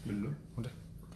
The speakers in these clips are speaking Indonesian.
Belum, udah.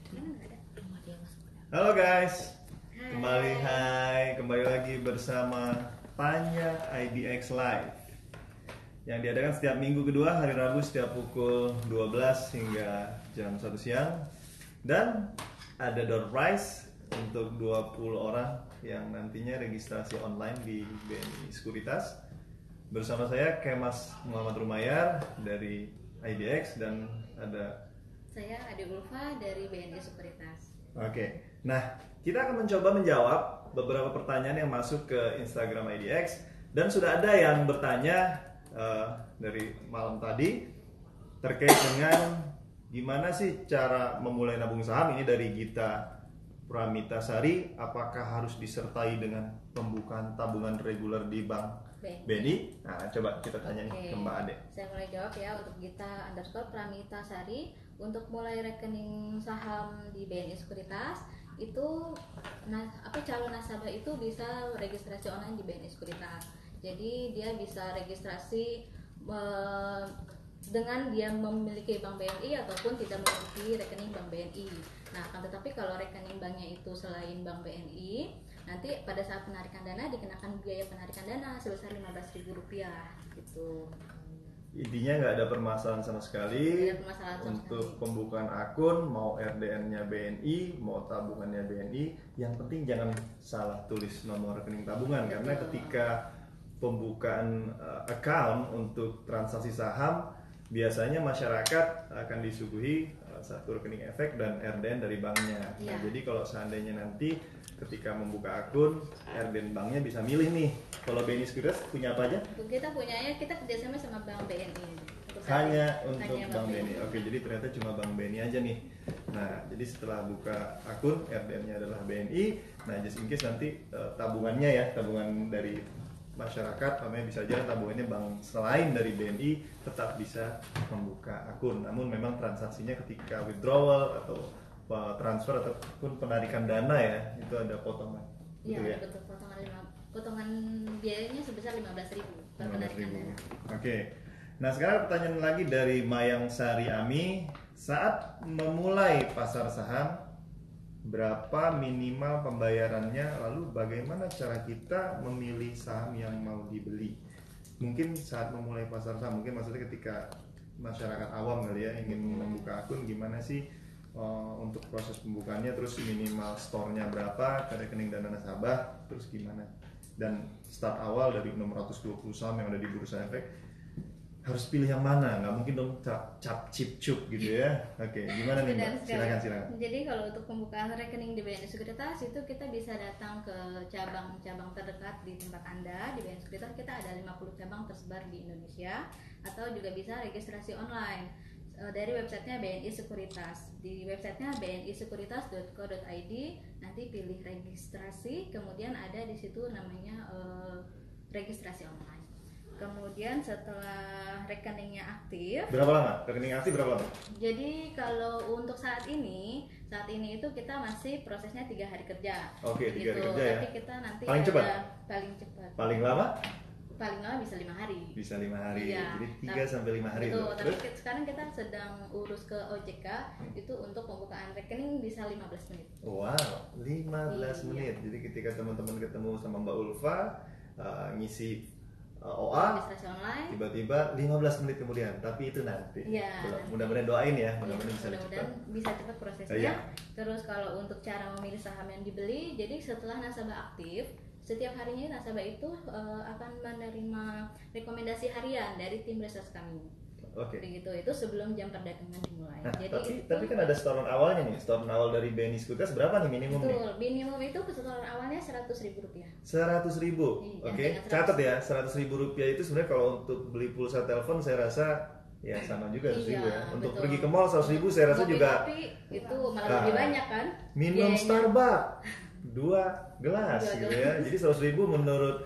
Hai. Halo guys, kembali lagi bersama Panya IDX Live yang diadakan setiap minggu kedua hari Rabu setiap pukul 12 hingga jam 1 siang. Dan ada door prize untuk 20 orang yang nantinya registrasi online di BNI Sekuritas. Bersama saya Kemas Muhammad Rumayar dari IDX dan ada Saya Ade Ulfa dari BNI Sekuritas. Oke, nah kita akan mencoba menjawab beberapa pertanyaan yang masuk ke Instagram IDX. Dan sudah ada yang bertanya dari malam tadi terkait dengan gimana sih cara memulai nabung saham. Ini dari Gita Pramitasari. Apakah harus disertai dengan pembukaan tabungan reguler di Bank BNI? Nah, coba kita tanya nih ke Mbak Ade. Saya mulai jawab ya untuk Gita _Pramitasari. Untuk mulai rekening saham di BNI Sekuritas itu calon nasabah itu bisa registrasi online di BNI Sekuritas. Jadi dia bisa registrasi dengan dia memiliki Bank BNI ataupun tidak memiliki rekening Bank BNI. Nah, akan tetapi kalau rekening banknya itu selain Bank BNI, nanti pada saat penarikan dana dikenakan biaya penarikan dana sebesar Rp15.000 gitu. Intinya nggak ada permasalahan sama sekali untuk sekali. pembukaan akun, mau RDN-nya BNI, mau tabungannya BNI. Yang penting jangan salah tulis nomor rekening tabungan. Betul. Karena ketika pembukaan account untuk transaksi saham, biasanya masyarakat akan disuguhi satu rekening efek dan RDN dari banknya. Nah, jadi kalau seandainya nanti ketika membuka akun, RDN banknya bisa milih nih. Kalau BNI Sekuritas punya apa aja? Kita punyanya, kita kerjasama sama Bank BNI. Hanya untuk Bank BNI. Oke, jadi ternyata cuma Bank BNI aja nih. Nah, jadi setelah buka akun, RDN-nya adalah BNI. Nah, just in case nanti tabungannya ya, tabungan dari masyarakat, namanya bisa aja tabungannya bank selain dari BNI tetap bisa membuka akun. Namun memang transaksinya ketika withdrawal atau transfer ataupun penarikan dana ya, itu ada potongan. Iya, ya? betul. Potongan biayanya sebesar Rp15.000 per penarikan dana. Oke. Nah, sekarang pertanyaan lagi dari Mayang Sari Ami. Saat memulai pasar saham, berapa minimal pembayarannya? Lalu bagaimana cara kita memilih saham yang mau dibeli? Mungkin saat memulai pasar saham, mungkin maksudnya ketika masyarakat awam kali ya ingin membuka akun, gimana sih untuk proses pembukaannya, terus minimal store-nya berapa, ke rekening dana nasabah, terus gimana? Dan start awal dari 620 saham yang ada di Bursa Efek, harus pilih yang mana? Nggak mungkin dong cap cip cup gitu ya. Oke, gimana nih Mbak? Silakan. Jadi kalau untuk pembukaan rekening di BNI Sekuritas itu kita bisa datang ke cabang-cabang terdekat di tempat Anda. Di BNI Sekuritas kita ada 50 cabang tersebar di Indonesia, atau juga bisa registrasi online dari websitenya BNI Sekuritas. Di websitenya bnisekuritas.co.id, nanti pilih registrasi, kemudian ada di situ namanya registrasi online. Kemudian setelah rekeningnya aktif, berapa lama? Rekening aktif berapa lama? Jadi kalau untuk saat ini itu kita masih prosesnya 3 hari kerja. Oke, 3 hari kerja ya. Tapi kita nanti paling cepat? Paling cepat. Paling lama? Paling lama bisa 5 hari. Bisa 5 hari. Iya. Jadi 3 sampai 5 hari. Betul, Terus? tapi sekarang kita sedang urus ke OJK itu untuk pembukaan rekening bisa 15 menit. Wow, 15 menit. Jadi ketika teman-teman ketemu sama Mbak Ulfa ngisi OA, registrasi online, tiba-tiba 15 menit kemudian, tapi itu nanti. Mudah-mudahan doain ya, mudah-mudahan bisa cepat. Bisa cepat prosesnya. Terus kalau untuk cara memilih saham yang dibeli, jadi setelah nasabah aktif, setiap harinya nasabah itu akan menerima rekomendasi harian dari tim research kami. Oke. Begitu, itu sebelum jam perdagangan dimulai. Nah, jadi tapi kan ada setoran awalnya nih. Setoran awal dari BNI Sekuritas berapa nih minimum? Betul, minimum itu setoran awalnya Rp100.000. 100.000. Oke. Catat ya, Rp100.000 itu sebenarnya kalau untuk beli pulsa telepon saya rasa ya sama juga 100.000 ya. Untuk pergi ke mall 100.000 saya rasa juga. Tapi itu malah lebih banyak kan? Minum Starbucks 2 gelas gitu ya. Jadi 100.000 menurut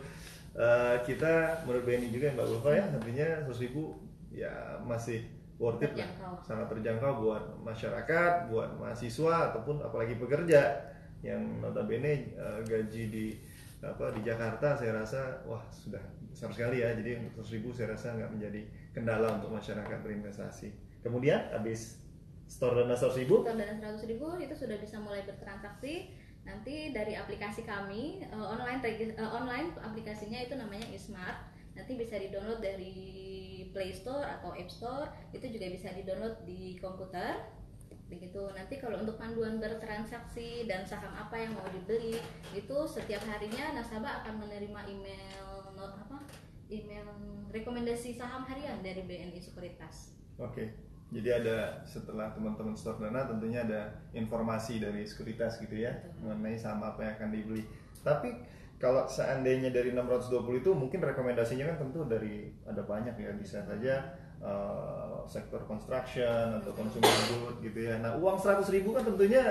kita, menurut BNI juga Mbak Ulfa ya, artinya 100.000 ya masih worth it lah, sangat terjangkau buat masyarakat, buat mahasiswa ataupun apalagi pekerja yang notabene gaji di Jakarta saya rasa wah sudah besar sekali ya. Jadi 100.000 saya rasa nggak menjadi kendala untuk masyarakat berinvestasi. Kemudian habis store dana 100.000. Store dana 100.000 itu sudah bisa mulai bertransaksi. Nanti dari aplikasi kami online aplikasinya itu namanya eSmart. Nanti bisa di-download dari Play Store atau App Store. Itu juga bisa di-download di komputer. Begitu. Nanti kalau untuk panduan bertransaksi dan saham apa yang mau dibeli, itu setiap harinya nasabah akan menerima email rekomendasi saham harian dari BNI Sekuritas. Oke. Jadi ada setelah teman-teman store dana tentunya ada informasi dari sekuritas gitu ya. Betul. Mengenai saham apa yang akan dibeli. Tapi kalau seandainya dari 620 itu mungkin rekomendasinya kan tentu dari ada banyak ya, bisa saja sektor construction atau consumer good gitu ya. Nah, uang 100.000 kan tentunya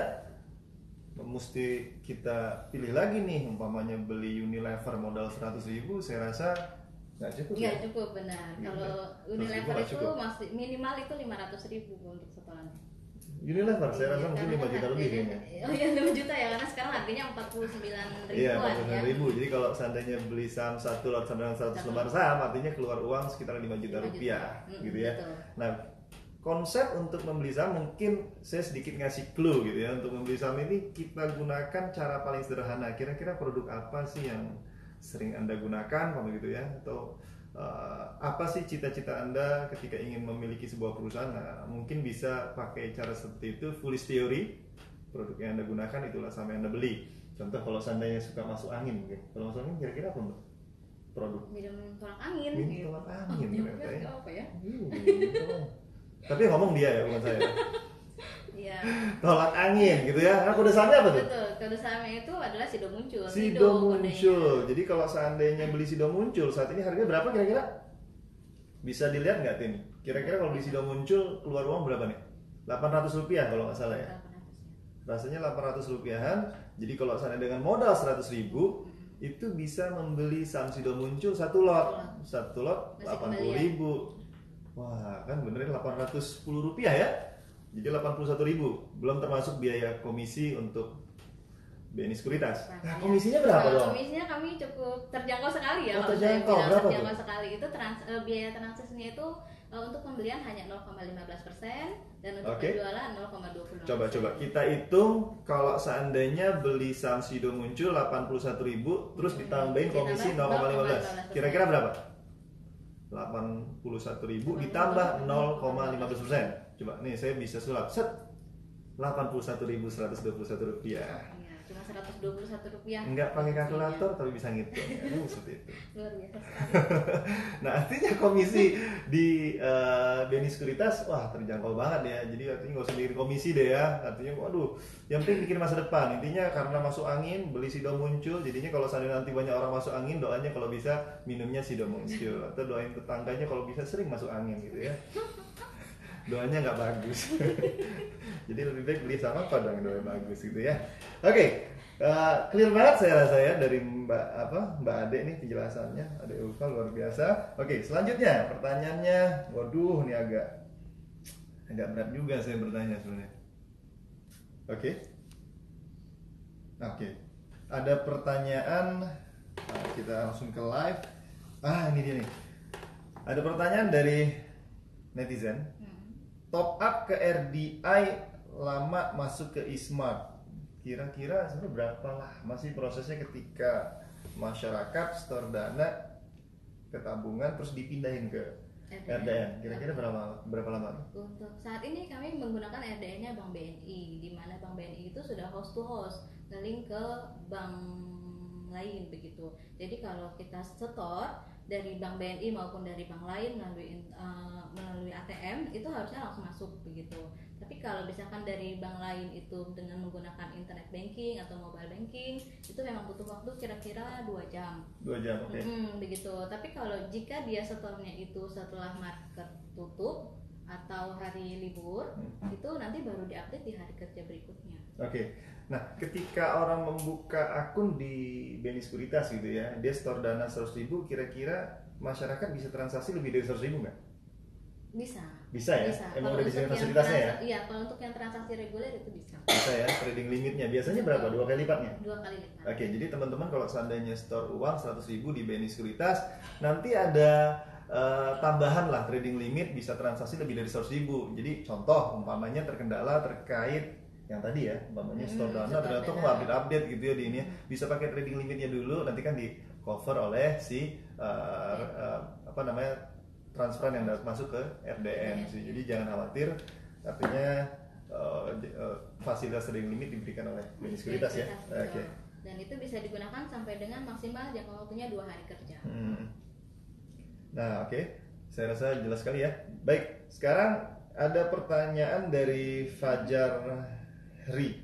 mesti kita pilih lagi nih, umpamanya beli Unilever modal 100.000 saya rasa nggak cukup. Nggak cukup, benar. Kalau Unilever itu masih minimal itu 500.000 untuk setorannya. Unilever saya rasa mungkin 5 juta lebih kayaknya. Oh iya, 5 juta ya, karena sekarang harganya 49.000-an. Iya, 49.000. Jadi kalau seandainya beli saham 1 lot sama 100 lembar saham, artinya keluar uang sekitar 5 juta rupiah gitu ya. Betul. Nah, konsep untuk membeli saham mungkin saya sedikit ngasih clue gitu ya. Untuk membeli saham ini kita gunakan cara paling sederhana. Kira-kira produk apa sih yang sering Anda gunakan kalau gitu ya, atau apa sih cita-cita Anda ketika ingin memiliki sebuah perusahaan? Nah, mungkin bisa pakai cara seperti itu, foolish theory. Produk yang Anda gunakan itulah saham yang Anda beli. Contoh kalau seandainya suka masuk angin mungkin. Kalau masuk angin kira-kira apa Mbak? Produk minum tolak angin. Minum tolak angin ternyata ya. Apa ya? Tapi ngomong dia ya, bukan saya. Iya. Tolak angin gitu ya. Nah, kode sahamnya apa tuh? Betul, kode sahamnya itu adalah Sido Muncul. Sido Muncul. Jadi kalau seandainya beli Sido Muncul, saat ini harganya berapa kira-kira? Bisa dilihat nggak Tin? Kira-kira kalau beli Sido Muncul keluar uang berapa nih? 800 rupiah kalau nggak salah ya. Rasanya 800 rupiahan. Jadi kalau seandainya dengan modal 100.000 itu bisa membeli saham Sido Muncul satu lot 80.000. Wah, kan benerin 810 rupiah ya. Jadi 81.000, belum termasuk biaya komisi untuk BNI Sekuritas. Nah, komisinya berapa dong? Komisinya kami cukup terjangkau sekali ya. Terjangkau berapa terjangkau tuh? Sekali. Itu biaya transaksinya itu untuk pembelian hanya 0,15% dan untuk penjualan 0,20%. Coba kita hitung kalau seandainya beli saham Sido Muncul 81.000 terus ditambahin komisi 0,15. Kira-kira berapa? 81.000 ditambah 0,15%. Coba nih saya bisa sulap. Set. 81.121 rupiah. Iya, cuma 121 rupiah. Enggak pakai kalkulator tapi bisa ngitung. Seperti itu. Luar biasa. Nah, artinya komisi di BNI Sekuritas wah terjangkau banget ya. Jadi artinya nggak usah bikin komisi deh ya. Artinya waduh, yang penting bikin masa depan. Intinya karena masuk angin beli Sido Muncul. Jadinya kalau seandainya nanti banyak orang masuk angin, doanya kalau bisa minumnya Sido Muncul atau doain tetangganya kalau bisa sering masuk angin gitu ya. Doanya nggak bagus. Jadi lebih baik beli sama apa dong doanya bagus gitu ya. Oke. Clear banget saya rasa ya dari Mbak Ade nih penjelasannya. Ade Ulfa luar biasa. Oke, selanjutnya pertanyaannya, waduh ini agak berat juga saya bertanya sebenarnya. Oke. Ada pertanyaan, kita langsung ke live. Ini dia nih. Ada pertanyaan dari netizen. Top up ke RDI lama masuk ke eSmart. Kira-kira sebenarnya berapa lama sih prosesnya ketika masyarakat store dana ke tabungan terus dipindahin ke RDN? Kira-kira berapa lama? Untuk saat ini kami menggunakan RDN-nya Bank BNI, di mana Bank BNI itu sudah host to host, nge-link ke bank lain begitu. Jadi kalau kita setor dari Bank BNI maupun dari bank lain melalui ATM itu harusnya langsung masuk begitu. Tapi kalau misalkan dari bank lain itu dengan menggunakan internet banking atau mobile banking itu memang butuh waktu kira-kira 2 jam. 2 jam, oke. Begitu. Tapi kalau jika dia setornya itu setelah market tutup atau hari libur, itu nanti baru diupdate di hari kerja berikutnya. Oke. Nah, ketika orang membuka akun di BNI Sekuritas gitu ya, dia store dana 100.000, kira-kira masyarakat bisa transaksi lebih dari 100.000 nggak? Bisa ya? Emang udah disediakan fasilitasnya ya? Iya, kalau untuk yang transaksi reguler itu bisa. Bisa ya, trading limitnya. Biasanya berapa? 2 kali lipatnya? 2 kali lipat. Oke, jadi teman-teman kalau seandainya store uang 100.000 di BNI Sekuritas, nanti ada tambahan lah trading limit bisa transaksi lebih dari 100.000. Jadi contoh umpamanya terkendala terkait yang tadi ya, umpamanya store dana ternyata kok nggak update gitu ya di ini, bisa pakai trading limitnya dulu, nanti kan di cover oleh si apa namanya transfer yang masuk ke RDN sih. Jadi jangan khawatir, artinya fasilitas trading limit diberikan oleh BNI Sekuritas ya. Oke. Dan itu bisa digunakan sampai dengan maksimal jangka waktunya 2 hari kerja. Nah, oke. Saya rasa jelas sekali ya. Baik, sekarang ada pertanyaan dari Fajar Ri.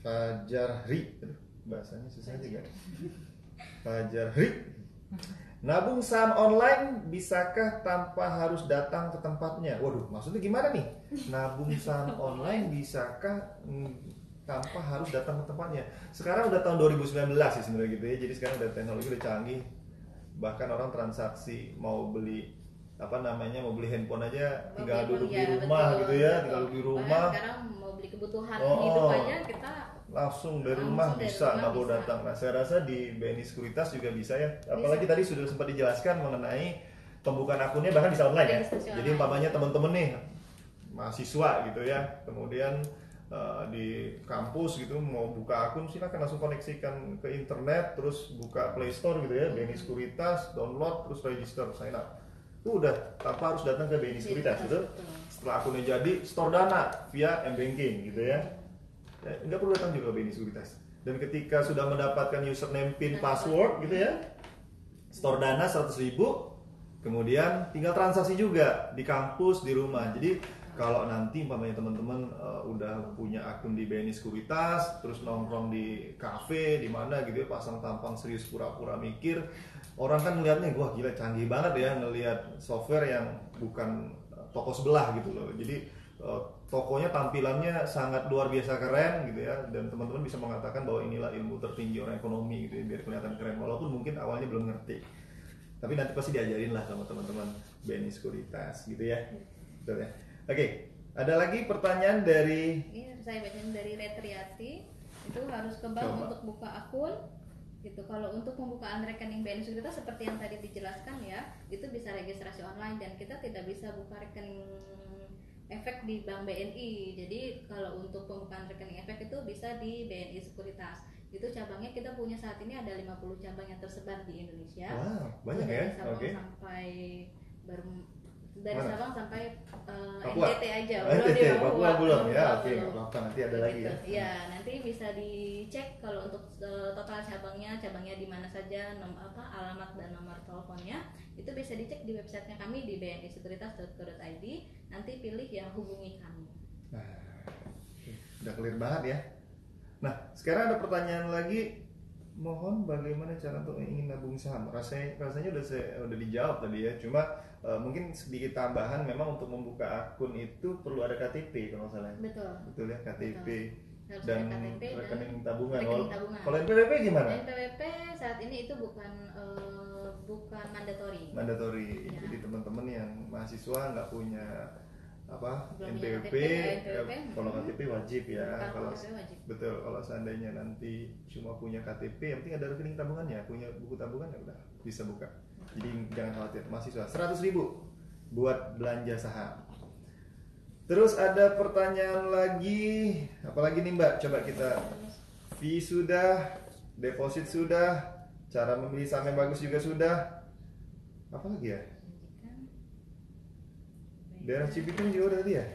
Aduh, bahasanya susah juga. Fajar Ri. Nabung saham online bisakah tanpa harus datang ke tempatnya? Waduh, maksudnya gimana nih? Nabung saham online bisakah tanpa harus datang ke tempatnya? Sekarang udah tahun 2019 sih sebenarnya gitu ya. Jadi sekarang udah teknologi udah canggih. Bahkan orang transaksi mau beli mau beli handphone aja tinggal duduk di rumah gitu ya, tinggal duduk di rumah. Sekarang mau beli kebutuhan hidup aja kita langsung dari rumah bisa, nggak perlu datang. Nah, saya rasa di BNI Sekuritas juga bisa ya. Apalagi tadi sudah sempat dijelaskan mengenai pembukaan akunnya bahkan bisa online ya. Jadi umpamanya teman-teman nih mahasiswa gitu ya, kemudian di kampus gitu mau buka akun silakan langsung koneksikan ke internet, terus buka Play Store gitu ya, BNI Sekuritas, download, terus register, sign up. Itu udah tanpa harus datang ke BNI Sekuritas gitu. Setelah akunnya jadi, store dana via M-Banking gitu ya. Nggak perlu datang juga ke BNI Sekuritas. Dan ketika sudah mendapatkan username, PIN, password gitu ya, store dana 100.000, kemudian tinggal transaksi juga di kampus, di rumah. Jadi kalau nanti umpamanya teman-teman udah punya akun di BNI Sekuritas, terus nongkrong di kafe di mana gitu ya, pasang tampang serius pura-pura mikir, orang kan ngeliatnya wah gila canggih banget ya ngelihat software yang bukan toko sebelah gitu loh. Jadi tokonya tampilannya sangat luar biasa keren gitu ya, dan teman-teman bisa mengatakan bahwa inilah ilmu tertinggi orang ekonomi gitu ya, biar kelihatan keren walaupun mungkin awalnya belum ngerti. Tapi nanti pasti diajarin lah sama teman-teman BNI Sekuritas gitu ya. Betul ya. Oke, ada lagi pertanyaan dari saya bacain dari Retriati. Itu harus ke bank untuk buka akun gitu. Kalau untuk pembukaan rekening BNI Sekuritas seperti yang tadi dijelaskan ya, itu bisa registrasi online dan kita tidak bisa buka rekening efek di Bank BNI. Jadi kalau untuk pembukaan rekening efek itu bisa di BNI Sekuritas. Itu cabangnya kita punya saat ini ada 50 cabang yang tersebar di Indonesia. Wow, banyak ya. Oke. Sampai dari Mana? Sabang sampai Papua. NTT aja. Papua belum ya. Oke, nggak apa-apa, nanti ada lagi ya. Ya, nanti bisa dicek kalau untuk total cabangnya di mana saja, alamat dan nomor teleponnya. Itu bisa dicek di websitenya kami di bnisekuritas.co.id. Nanti pilih yang hubungi kami. Nah, udah clear banget ya. Nah, sekarang ada pertanyaan lagi. Mohon bagaimana cara untuk ingin nabung saham? Rasanya udah dijawab tadi ya. Cuma mungkin sedikit tambahan, memang untuk membuka akun itu perlu ada KTP kalau nggak salah. Betul ya, KTP. Betul. Dan KTP rekening tabungan. Kalau NPWP gimana? NPWP saat ini itu bukan mandatory. Ya. Jadi teman-teman yang mahasiswa nggak punya NPWP, kalau KTP wajib ya. Kalau betul, kalau seandainya nanti cuma punya KTP, yang penting ada rekening tabungannya, punya buku tabungan ya udah bisa buka. Jadi jangan khawatir, mahasiswa 100.000 buat belanja saham. Terus ada pertanyaan lagi, apalagi nih Mbak? Coba kita fee sudah, deposit sudah, cara memilih saham yang bagus juga sudah. Apa lagi ya? Daerah Cibitung juga udah tadi ya?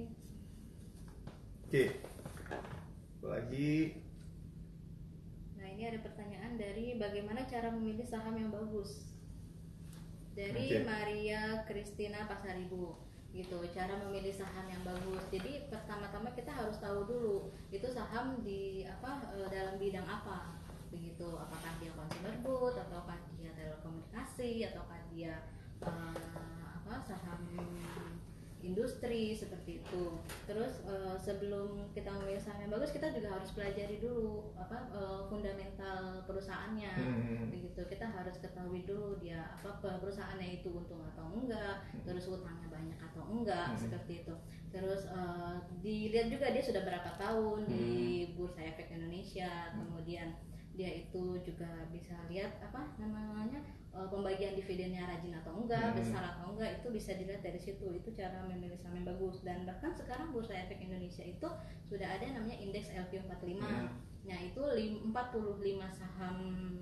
Oke. Lagi. Nah, ini ada pertanyaan dari bagaimana cara memilih saham yang bagus. Dari Maria Kristina Pasaribu. Gitu, cara memilih saham yang bagus. Jadi pertama-tama kita harus tahu dulu itu saham di dalam bidang apa. Begitu, apakah dia consumer good, ataukah dia telekomunikasi, ataukah dia saham industri seperti itu. Terus sebelum kita memilih saham yang bagus, kita juga harus pelajari dulu fundamental perusahaannya. Begitu, kita harus ketahui dulu dia perusahaannya itu untung atau enggak, terus utangnya banyak atau enggak, seperti itu. Terus dilihat juga dia sudah berapa tahun di Bursa Efek Indonesia. Kemudian dia itu juga bisa lihat pembagian dividennya rajin atau enggak, besar atau enggak, itu bisa dilihat dari situ. Itu cara memilih saham yang bagus. Dan bahkan sekarang Bursa Efek Indonesia itu sudah ada namanya indeks LQ45. Nah, itu 45 saham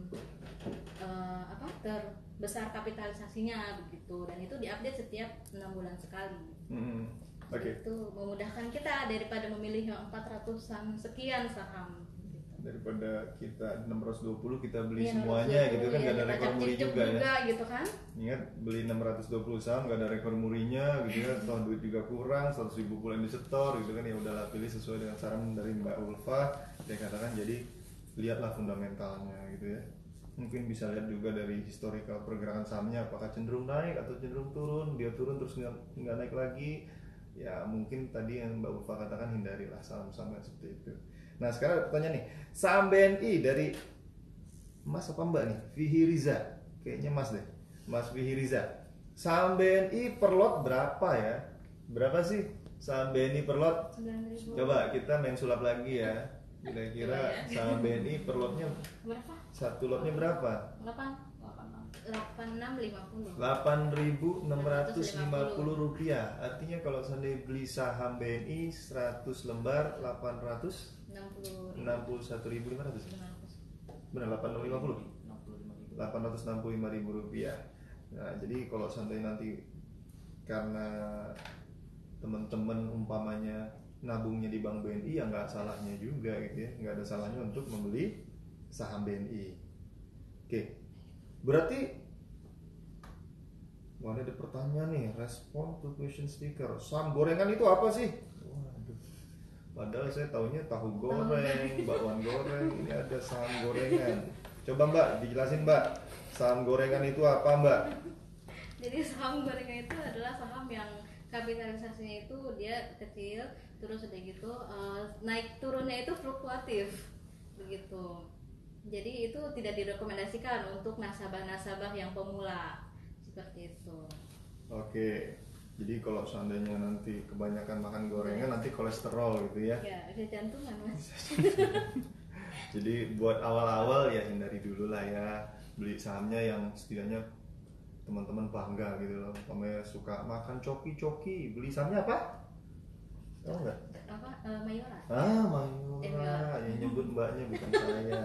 terbesar kapitalisasinya begitu, dan itu diupdate setiap 6 bulan sekali. Oke. Itu memudahkan kita daripada memilih yang 400-an sekian saham. Daripada kita 620 kita beli Iya, semuanya 620, gitu kan, ya, gak ada kita rekor muri cicip juga ya. gitu kan. Ingat beli 620 saham gak ada rekor murinya gitu ya, toh duit juga kurang, 100.000 pula yang disetor gitu kan. Ya udahlah, pilih sesuai dengan saran dari Mbak Ulfa. Dia katakan jadi lihatlah fundamentalnya gitu ya. Mungkin bisa lihat juga dari historical pergerakan sahamnya, apakah cenderung naik atau cenderung turun. Dia turun terus nggak naik lagi, ya mungkin tadi yang Mbak Ulfa katakan hindarilah saham-saham yang seperti itu. Nah sekarang ada pertanyaan nih, saham BNI dari Mas apa Mbak nih? Vihiriza, kayaknya Mas deh, Mas Vihiriza. Saham BNI per lot berapa ya? Berapa sih saham BNI per lot? 9.000. Coba kita main sulap lagi ya. Kira-kira saham BNI per lotnya Berapa? satu lotnya berapa? 8.650. 8.650 rupiah. Artinya kalau seandainya beli saham BNI 100 lembar 861.500. Benar 850. 865.000 rupiah. Nah, jadi kalau seandainya nanti karena teman-teman umpamanya nabungnya di bank BNI, ya nggak salahnya juga gitu ya, nggak ada salahnya untuk membeli saham BNI. Oke, berarti wah, ada pertanyaan nih, respon to question sticker. Saham gorengan itu apa sih? Waduh, padahal saya taunya tahu goreng, bakwan goreng. Ini ada saham gorengan. Coba Mbak, dijelasin Mbak, saham gorengan itu apa Mbak? Jadi saham gorengan itu adalah saham yang kapitalisasinya itu dia kecil, terus udah gitu naik turunnya itu fluktuatif begitu. Jadi itu tidak direkomendasikan untuk nasabah-nasabah yang pemula seperti itu. Oke, jadi kalau seandainya nanti kebanyakan makan gorengan nanti kolesterol gitu ya? Ya, bisa jantungan Mas. Jadi buat awal-awal ya hindari dulu lah ya, beli sahamnya yang setidaknya teman-teman bangga gitu loh. Kamu suka makan coki-coki, beli sahamnya apa? Tahu nggak? Apa? Mayora. Mayora. Yang nyebut mbaknya bukan saya.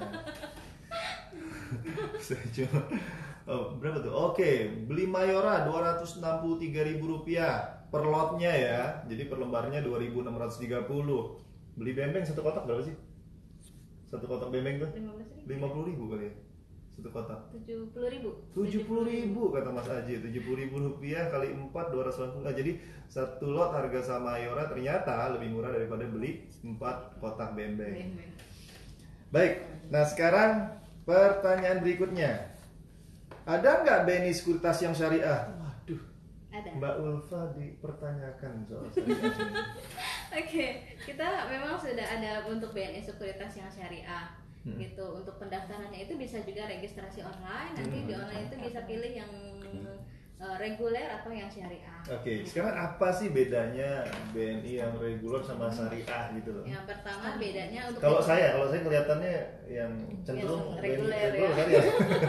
Saya cuma berapa tuh? Oke, beli Mayora 263.000 rupiah per lotnya ya. Jadi per lembarnya 2.630. Beli bembeng satu kotak berapa sih? Satu kotak bembeng tuh? 50.000 kali ya? Satu kotak 70.000 kata Mas Aji. 70.000 rupiah kali 4 280. Nah, jadi satu lot harga sama Mayora ternyata lebih murah daripada beli 4 kotak bembeng. Baik, nah sekarang pertanyaan berikutnya, ada nggak BNI sekuritas yang syariah? Waduh, ada. Mbak Ulfa dipertanyakan soal syariah. Oke, kita memang sudah ada untuk BNI sekuritas yang syariah. Gitu. Untuk pendaftarannya itu bisa juga registrasi online. Nanti di online itu bisa pilih yang reguler atau yang syariah. Oke, sekarang apa sih bedanya BNI yang reguler sama syariah gitu loh? Yang pertama bedanya untuk Kalau saya kelihatannya yang cenderung yang reguler ya. syariah.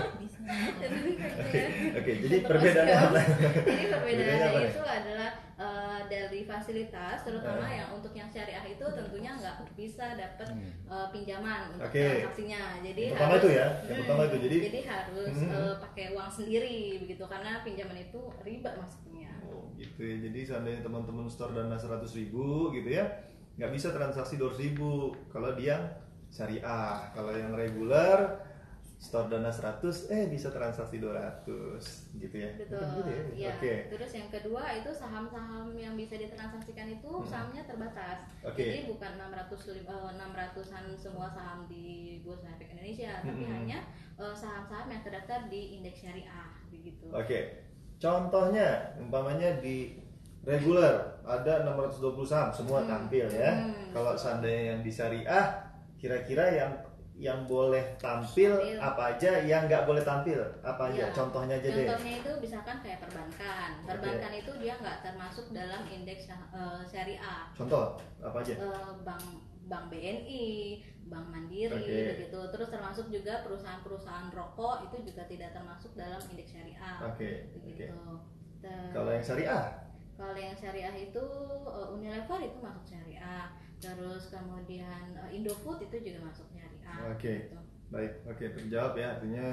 Oke, jadi perbedaannya apa? Jadi perbedaannya itu adalah dari fasilitas, terutama yang untuk yang syariah itu tentunya nggak bisa dapat pinjaman untuk transaksinya. Jadi pertama harus, itu ya, yang pertama itu jadi harus pakai uang sendiri begitu, karena pinjaman itu riba masuknya. Oh gitu ya, jadi seandainya teman-teman store dana 100.000 gitu ya, nggak bisa transaksi 200.000 kalau dia syariah. Kalau yang reguler store dana 100 bisa transaksi 200 gitu ya. Betul. Gitu ya? Ya. Oke. Terus yang kedua itu saham-saham yang bisa ditransaksikan itu sahamnya terbatas. Oke. Jadi bukan 600-an semua saham di Bursa Efek Indonesia, tapi hanya saham-saham yang terdaftar di indeks syariah begitu. Oke. Contohnya umpamanya di reguler ada 620 saham semua tampil ya. Kalau seandainya yang di syariah kira-kira yang yang boleh tampil, apa aja, yang nggak boleh tampil apa aja, Ya, contohnya aja deh. contohnya itu misalkan kayak perbankan itu dia nggak termasuk dalam indeks syariah. Contoh apa aja? Bank Bank BNI, Bank Mandiri, begitu. Terus termasuk juga perusahaan-perusahaan rokok itu juga tidak termasuk dalam indeks syariah. Begitu. Kalau yang syariah? Kalau yang syariah itu Unilever itu masuk syariah. Terus kemudian Indofood itu juga masuk syariah. Gitu. Baik, terjawab ya. Artinya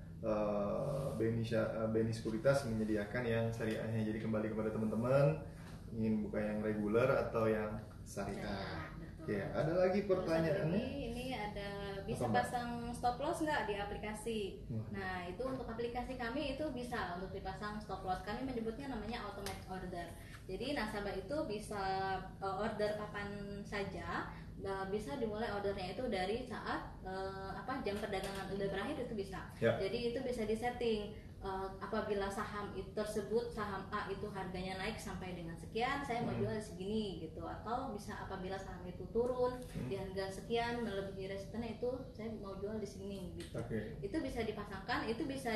BNI Sekuritas menyediakan yang syariahnya. Jadi kembali kepada teman-teman, ingin buka yang reguler atau yang syariah. Ada lagi pertanyaannya? Ini ada bisa pasang stop loss nggak di aplikasi? Nah, itu untuk aplikasi kami itu bisa untuk dipasang stop loss. Kami menyebutnya namanya automatic order. Jadi nasabah itu bisa order kapan saja. Bisa dimulai ordernya itu dari saat jam perdagangan udah berakhir itu bisa. Jadi itu bisa disetting. Apabila saham tersebut, saham A itu harganya naik sampai dengan sekian, saya mau jual segini gitu. Atau bisa apabila saham itu turun di harga sekian melebihi resistennya itu saya mau jual di sini gitu. Itu bisa dipasangkan, itu bisa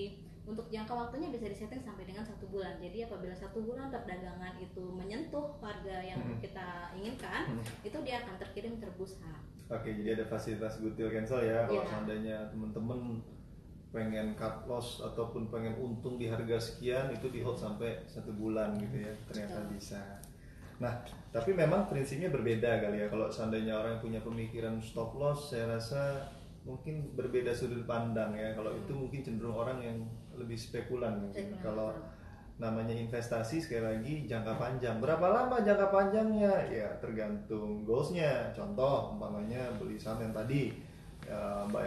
untuk jangka waktunya bisa disetting sampai dengan 1 bulan. Jadi apabila 1 bulan perdagangan itu menyentuh harga yang kita inginkan, itu dia akan terkirim terbusa. Jadi ada fasilitas good deal cancel ya. Kalau seandainya teman-teman pengen cut loss ataupun pengen untung di harga sekian, itu di hold sampai 1 bulan gitu ya, ternyata bisa. Nah, tapi memang prinsipnya berbeda kali ya. Kalau seandainya orang yang punya pemikiran stop loss, saya rasa mungkin berbeda sudut pandang ya. Kalau itu mungkin cenderung orang yang lebih spekulan mungkin. Kalau namanya investasi, sekali lagi jangka panjang. Berapa lama jangka panjangnya? Ya tergantung goalsnya. Contoh umpamanya beli saham yang tadi Mbak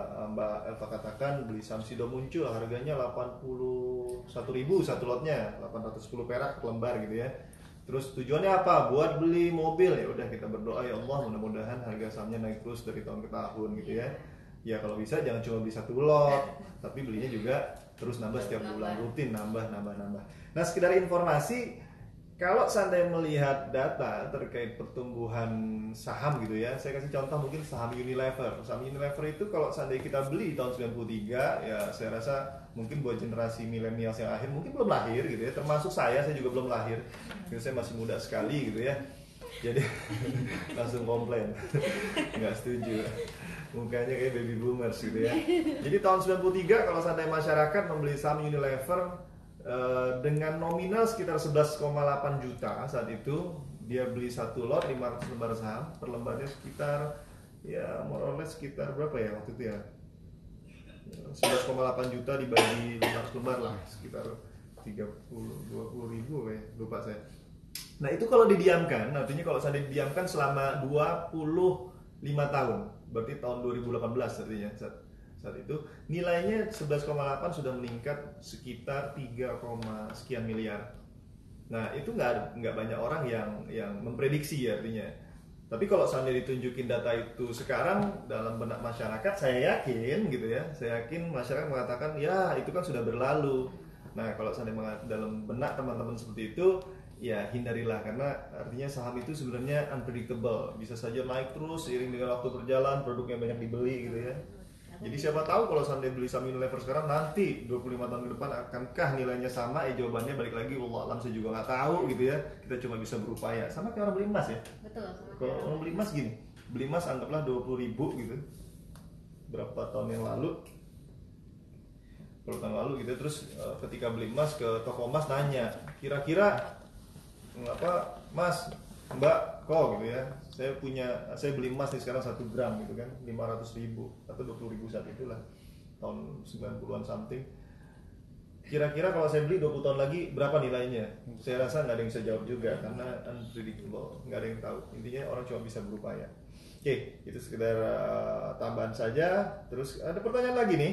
Elva katakan, beli saham Sido muncul harganya 81.000 satu lotnya, 810 perak per lembar gitu ya. Terus tujuannya apa? Buat beli mobil. Ya udah, kita berdoa ya Allah mudah-mudahan harga sahamnya naik terus dari tahun ke tahun gitu ya. Ya kalau bisa jangan cuma beli 1 lot, tapi belinya juga terus nambah setiap bulan, rutin nambah. Nah, sekedar informasi, kalau seandainya melihat data terkait pertumbuhan saham gitu ya, saya kasih contoh mungkin saham Unilever. Saham Unilever itu kalau seandainya kita beli tahun 93, ya saya rasa mungkin buat generasi milenial yang akhir mungkin belum lahir gitu ya, termasuk saya juga belum lahir. Jadi saya masih muda sekali gitu ya. Jadi langsung komplain, nggak setuju. Mukanya kayak baby boomers gitu ya. Jadi tahun 93 kalau seandainya masyarakat membeli saham Unilever dengan nominal sekitar 11,8 juta saat itu, dia beli 1 lot 500 lembar saham, per lembarnya sekitar ya more or less sekitar berapa ya waktu itu ya, 11,8 juta dibagi 500 lembar lah, sekitar 20 ribu ya, lupa saya. Nah itu kalau didiamkan, artinya kalau saya didiamkan selama 25 tahun, berarti tahun 2018 artinya saat itu nilainya 11,8 sudah meningkat sekitar 3, sekian miliar. Nah itu nggak banyak orang yang memprediksi ya artinya. Tapi kalau seandainya ditunjukin data itu sekarang dalam benak masyarakat, saya yakin gitu ya, saya yakin masyarakat mengatakan ya itu kan sudah berlalu. Nah kalau seandainya dalam benak teman-teman seperti itu, ya hindarilah, karena artinya saham itu sebenarnya unpredictable, bisa saja naik terus seiring dengan waktu berjalan, produknya banyak dibeli gitu ya. Jadi siapa tahu kalau seandainya beli saham Unilever sekarang, nanti 25 tahun ke depan akankah nilainya sama? Jawabannya balik lagi wallah alam, saya juga nggak tahu gitu ya. Kita cuma bisa berupaya. Sama kayak orang beli emas ya. Betul. Kalau orang beli emas gini, beli emas anggaplah 20.000 gitu. Berapa tahun yang lalu? Berapa tahun lalu gitu. Terus ketika beli emas ke toko emas nanya, kira-kira apa Mas, Mbak, kok gitu ya, saya beli emas nih sekarang 1 gram gitu kan, 500.000 atau 20.000 saat itulah, tahun 90-an something. Kira-kira kalau saya beli 20 tahun lagi berapa nilainya? Saya rasa nggak ada yang bisa jawab juga, karena unpredictable, nggak ada yang tahu. Intinya orang cuma bisa berupaya. Oke, itu sekedar tambahan saja. Terus ada pertanyaan lagi nih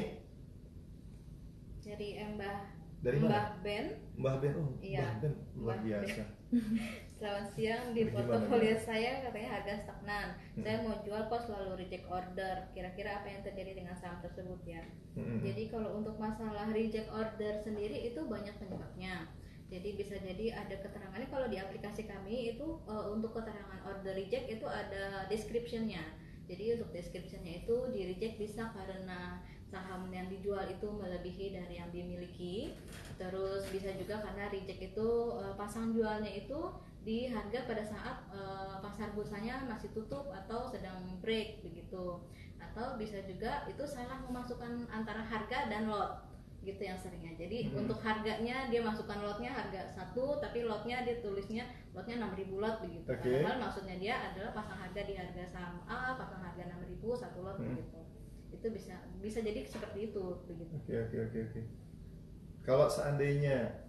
dari Mbah Ben. Mbah Ben, Mbah Ben luar biasa. Selamat siang, di portofolio saya katanya harga stagnan. Saya mau jual kok selalu reject order. Kira-kira apa yang terjadi dengan saham tersebut ya? Jadi kalau untuk masalah reject order sendiri itu banyak penyebabnya. Jadi bisa jadi ada keterangannya, kalau di aplikasi kami itu untuk keterangan order reject itu ada description-nya. Jadi untuk description-nya itu di reject bisa karena saham yang dijual itu melebihi dari yang dimiliki. Terus bisa juga karena reject itu pasang jualnya itu di harga pada saat pasar bursanya masih tutup atau sedang break begitu. Atau bisa juga itu salah memasukkan antara harga dan lot gitu yang seringnya. Jadi untuk harganya dia masukkan lotnya harga 1, tapi lotnya dia tulisnya lotnya 6.000 lot begitu. Padahal maksudnya dia adalah pasang harga di harga saham A, pasang harga 6.000 satu lot begitu. Itu bisa jadi seperti itu begitu. Oke. Kalau seandainya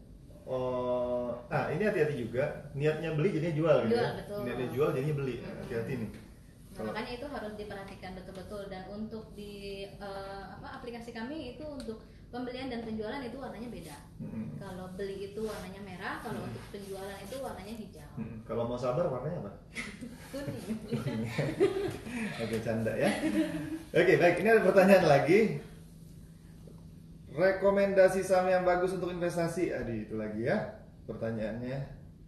ini hati-hati juga, niatnya beli jadinya jual gitu ya. Betul. Niatnya jual jadinya beli. Hati-hati nih. Nah, makanya itu harus diperhatikan betul-betul. Dan untuk di aplikasi kami itu untuk pembelian dan penjualan itu warnanya beda. Kalau beli itu warnanya merah, kalau untuk penjualan itu warnanya hijau. Kalau mau sabar warnanya apa? Kuning. Oke, canda ya. Oke, baik. Ini ada pertanyaan lagi. Rekomendasi saham yang bagus untuk investasi. Itu lagi ya pertanyaannya.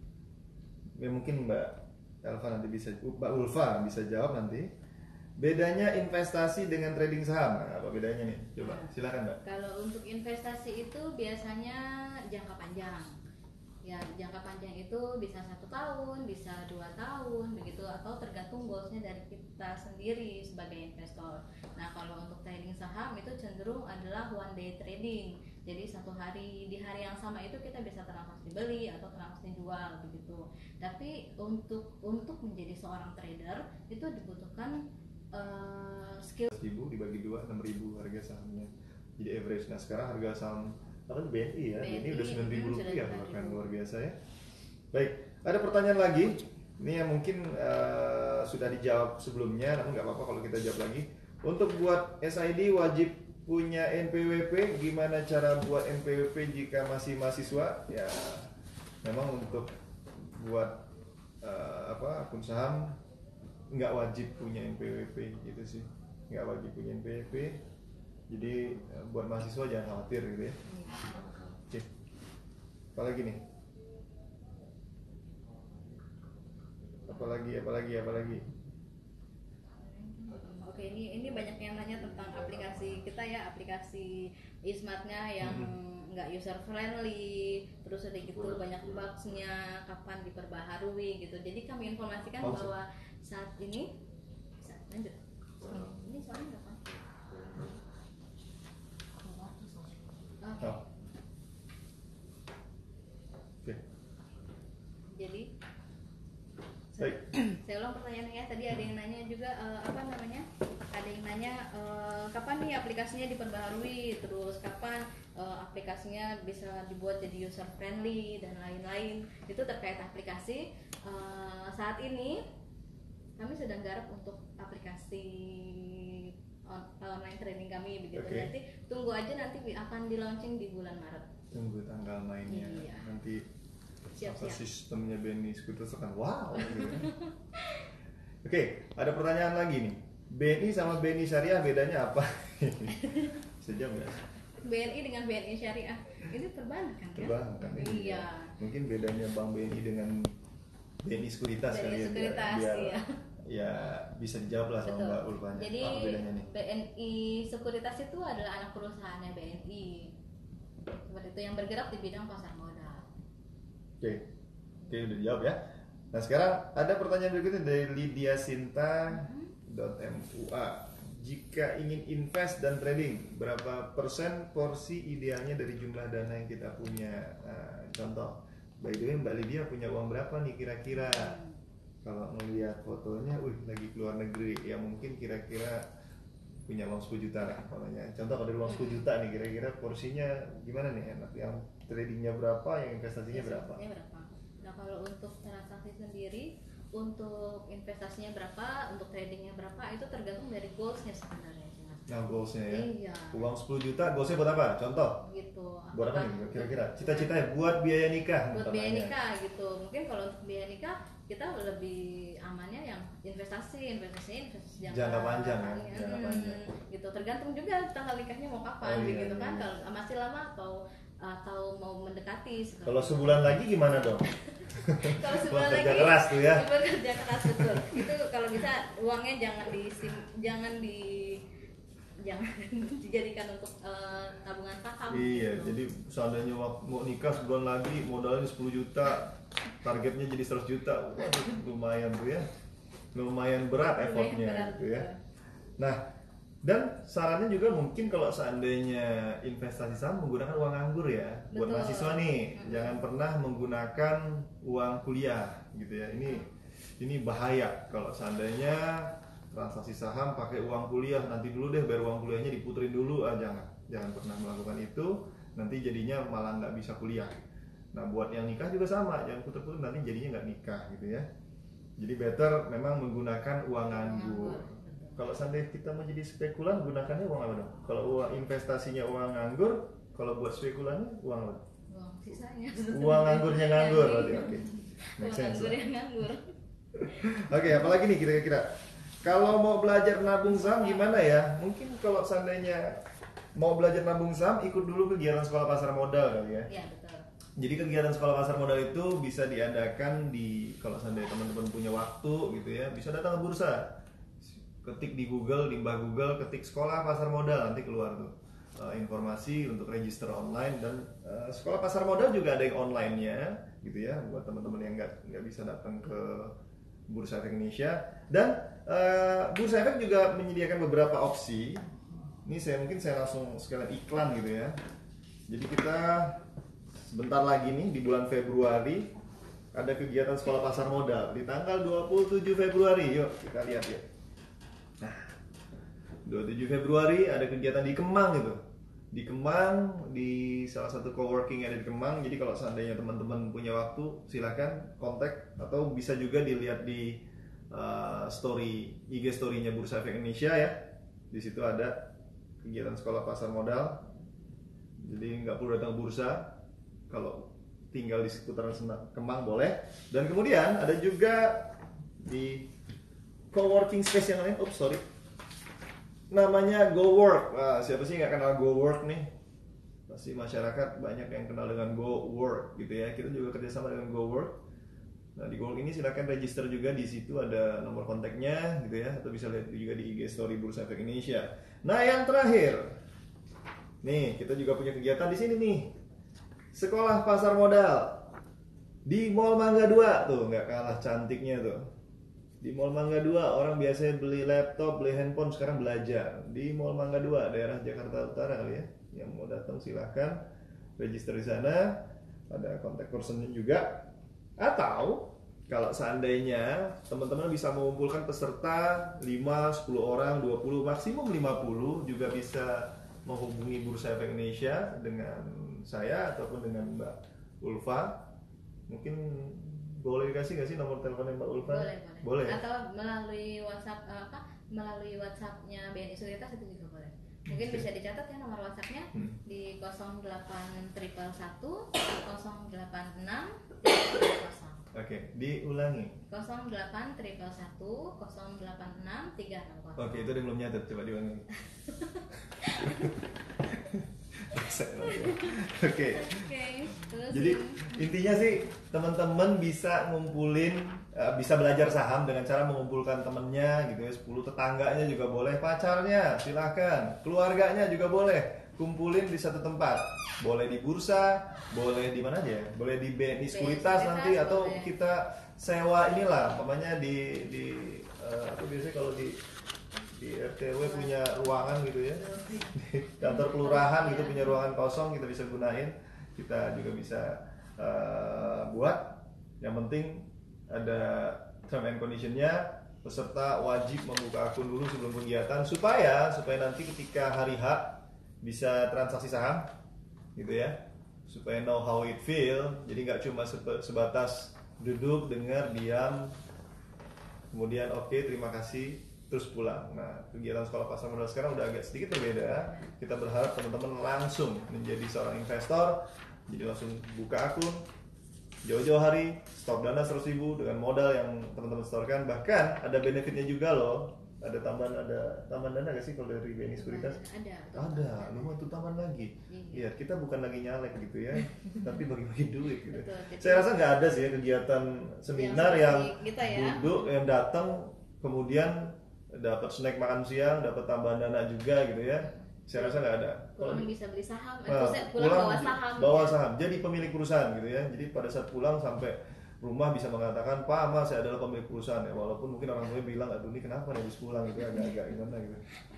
Ya, mungkin Mbak Elva nanti bisa, Mbak Ulfa bisa jawab nanti. Bedanya investasi dengan trading saham, apa bedanya nih? Coba, silakan Mbak. Kalau untuk investasi itu biasanya jangka panjang. Ya, jangka panjang itu bisa 1 tahun, bisa 2 tahun, begitu, atau tergantung goalsnya dari kita sendiri sebagai investor. Nah, kalau untuk trading saham itu cenderung adalah one day trading. Jadi di hari yang sama itu kita bisa transaksi beli atau transaksi jual begitu. Tapi untuk menjadi seorang trader itu dibutuhkan skill. 1.000 dibagi 2, 6.000 harga sahamnya. Jadi average. Nah, sekarang harga saham apa tuh BNI ya? Ini udah 9.000 rupiah, bahkan luar biasa ya. Baik, ada pertanyaan lagi. Ini yang mungkin sudah dijawab sebelumnya, namun nggak apa-apa kalau kita jawab lagi. Untuk buat SID wajib punya NPWP. Gimana cara buat NPWP jika masih mahasiswa? Ya, memang untuk buat akun saham nggak wajib punya NPWP gitu sih, nggak wajib punya NPWP. Jadi buat mahasiswa jangan khawatir gitu ya. Oke, apalagi nih? Apalagi? Oke, ini banyak yang nanya tentang aplikasi kita ya, aplikasi eSmartnya yang nggak user friendly, terus udah gitu banyak bugsnya, kapan diperbaharui gitu. Jadi kami informasikan bahwa saat ini lanjut. Ini soalnya nggak apa. Oke. Jadi saya ulang pertanyaannya ya. Tadi ada yang nanya juga ada yang nanya kapan nih aplikasinya diperbaharui, terus kapan aplikasinya bisa dibuat jadi user friendly dan lain-lain. Itu terkait aplikasi. Saat ini kami sedang garap untuk aplikasi online training kami begitu. Nanti tunggu aja, nanti akan di launching di bulan Maret. Tunggu tanggal mainnya. Iya. Nanti siap. Sistemnya BNI Scooters akan wow gitu. Oke, ada pertanyaan lagi nih. BNI sama BNI Syariah bedanya apa? Sejam ya. BNI dengan BNI Syariah itu perbankan kan? Perbankan. Iya. Mungkin bedanya Bank BNI dengan BNI Sekuritas kali ya. Biar iya. Ya bisa dijawab lah sama Mbak Ulfanya. Jadi apa bedanya nih? BNI Sekuritas itu adalah anak perusahaannya BNI. Seperti itu, yang bergerak di bidang pasar modal. Oke, udah dijawab ya. Nah, sekarang ada pertanyaan berikutnya dari Lydia Sinta .mua. Jika ingin invest dan trading, berapa persen porsi idealnya dari jumlah dana yang kita punya? Contoh, by the way Mbak Lydia punya uang berapa nih kira-kira? Kalau melihat fotonya, lagi keluar negeri, ya mungkin kira-kira punya uang 10 juta lah. Contoh kalau dari uang 10 juta nih, kira-kira porsinya gimana nih? Enak yang tradingnya berapa, yang investasinya berapa? Nah, kalau untuk transaksi sendiri, untuk investasinya berapa, untuk tradingnya berapa, itu tergantung dari goalsnya sebenarnya. Nah, goalsnya ya. Iya. Uang 10 juta, goalsnya buat apa? Contoh. Gitu. Buat apa nih kira-kira? Cita-citanya buat biaya nikah. Buat biaya nikah gitu. Mungkin kalau untuk biaya nikah kita lebih amannya yang investasi jangka panjang ya. Jangka panjang. Gitu. Tergantung juga tanggal nikahnya mau kapan gitu kan. Kalau masih lama atau atau mau mendekati. Kalau sebulan lagi gimana dong? Kalau sebulan Wah, lagi kerja keras tuh ya. kerja keras betul. Itu kalau bisa uangnya jangan dijadikan untuk tabungan saham. Iya, gitu. jadi seandainya mau nikah sebulan lagi modalnya 10 juta, targetnya jadi 100 juta. Waduh, lumayan tuh ya. Lumayan berat effortnya berat, gitu ya. betul. Nah, dan sarannya juga mungkin kalau seandainya investasi saham menggunakan uang nganggur ya. Buat Betul. mahasiswa nih, jangan pernah menggunakan uang kuliah gitu ya. Ini bahaya kalau seandainya transaksi saham pakai uang kuliah, nanti dulu deh bayar uang kuliahnya diputerin dulu. Jangan pernah melakukan itu, nanti jadinya malah nggak bisa kuliah. Nah, buat yang nikah juga sama, jangan puter-puter nanti jadinya nggak nikah gitu ya. Jadi better memang menggunakan uang nganggur. Kalau seandainya kita mau jadi spekulan, gunakannya uang apa dong? Kalau uang investasinya uang nganggur, kalau buat spekulannya uang apa? Uang sisanya. Uang nganggurnya nganggur berarti. Oke. Make Uang sense. nganggur yang nganggur. Oke, apalagi nih kira-kira? Kalau mau belajar nabung saham gimana ya? Mungkin kalau seandainya mau belajar nabung saham, ikut dulu kegiatan sekolah pasar modal kali ya. Iya, betul. Jadi kegiatan sekolah pasar modal itu bisa diadakan kalau seandainya teman-teman punya waktu gitu ya, bisa datang ke bursa. Ketik di Google, di Mbah Google, ketik sekolah pasar modal, nanti keluar tuh informasi untuk register online. Dan sekolah pasar modal juga ada yang online-nya gitu ya, buat teman-teman yang nggak bisa datang ke Bursa Efek Indonesia. Dan Bursa Efek juga menyediakan beberapa opsi. Ini mungkin saya langsung sekalian iklan gitu ya. Jadi kita sebentar lagi nih di bulan Februari ada kegiatan sekolah pasar modal di tanggal 27 Februari. Yuk kita lihat ya. Nah, 27 Februari ada kegiatan di Kemang gitu. Di Kemang, di salah satu coworking yang ada di Kemang. Jadi kalau seandainya teman-teman punya waktu, silahkan kontak atau bisa juga dilihat di IG story-nya Bursa Efek Indonesia ya. Di situ ada kegiatan sekolah pasar modal. Jadi nggak perlu datang ke bursa. Kalau tinggal di seputaran Kemang boleh. Dan kemudian ada juga di coworking space yang lain, namanya Go Work. Wah, siapa sih nggak kenal Go Work nih? Pasti masyarakat banyak yang kenal dengan Go Work gitu ya. Kita juga kerjasama dengan Go Work. Nah, di Go Work ini silakan register juga, di situ ada nomor kontaknya gitu ya, atau bisa lihat juga di IG Story Bursa Efek Indonesia. Nah, yang terakhir, nih kita juga punya kegiatan di sini nih, sekolah pasar modal di Mall Mangga 2 tuh, nggak kalah cantiknya tuh. Di Mall Mangga 2 orang biasanya beli laptop, beli handphone, sekarang belajar di Mall Mangga 2 daerah Jakarta Utara kali ya. Yang mau datang silahkan register di sana. Ada kontak personnya juga. Atau kalau seandainya teman-teman bisa mengumpulkan peserta 5, 10 orang, 20, maksimum 50, juga bisa menghubungi Bursa Efek Indonesia dengan saya ataupun dengan Mbak Ulfa. Mungkin boleh dikasih nggak sih nomor teleponnya Mbak Ulfa? Boleh. Atau melalui WhatsApp melalui WhatsApp-nya BNI Sekuritas itu juga boleh. Mungkin bisa dicatat ya nomor WhatsApp-nya di 08111 086 360. Oke, diulangi. 08111 086 360. Oke, itu dia belum nyatet, coba diulangi. Oke. Jadi intinya sih teman-teman bisa ngumpulin, bisa belajar saham dengan cara mengumpulkan temennya gitu ya, 10 tetangganya juga boleh, pacarnya silahkan, keluarganya juga boleh, kumpulin di satu tempat. Boleh di bursa, boleh di mana aja, boleh di BNI Sekuritas nanti, atau boleh. kita sewa inilah, umpamanya di apa biasanya kalau di RTW punya ruangan gitu ya, di kantor kelurahan gitu punya ruangan kosong, kita bisa gunain, kita juga bisa buat. Yang penting ada term and conditionnya, peserta wajib membuka akun dulu sebelum kegiatan supaya nanti ketika hari H bisa transaksi saham gitu ya, supaya know how it feel. Jadi nggak cuma sebatas duduk, dengar, diam, kemudian oke, terima kasih, terus pulang. Nah, kegiatan sekolah pasar modal sekarang udah agak sedikit berbeda. Kita berharap teman-teman langsung menjadi seorang investor, jadi langsung buka akun, jauh-jauh hari, stok dana 100.000 dengan modal yang teman-teman setorkan. Bahkan ada benefitnya juga loh. Ada tambahan dana gak sih kalau dari BNI Sekuritas? Ada, lu mau tuh tambahan lagi. Iya, kita bukan lagi nyalek gitu ya, tapi bagi-bagi duit gitu. Betul, Saya rasa nggak ada sih ya kegiatan seminar yang kita ya. duduk yang datang kemudian dapat snack makan siang, dapat tambahan dana juga gitu ya. Saya rasa nggak ada. Pulang bisa beli saham, pulang bawa saham. Bawa saham, jadi pemilik perusahaan gitu ya. Jadi pada saat pulang sampai rumah bisa mengatakan, Pak, Mas, saya adalah pemilik perusahaan ya. Walaupun mungkin orang tua bilang, aduh ini kenapa nih habis pulang gitu, agak-agak gimana gitu.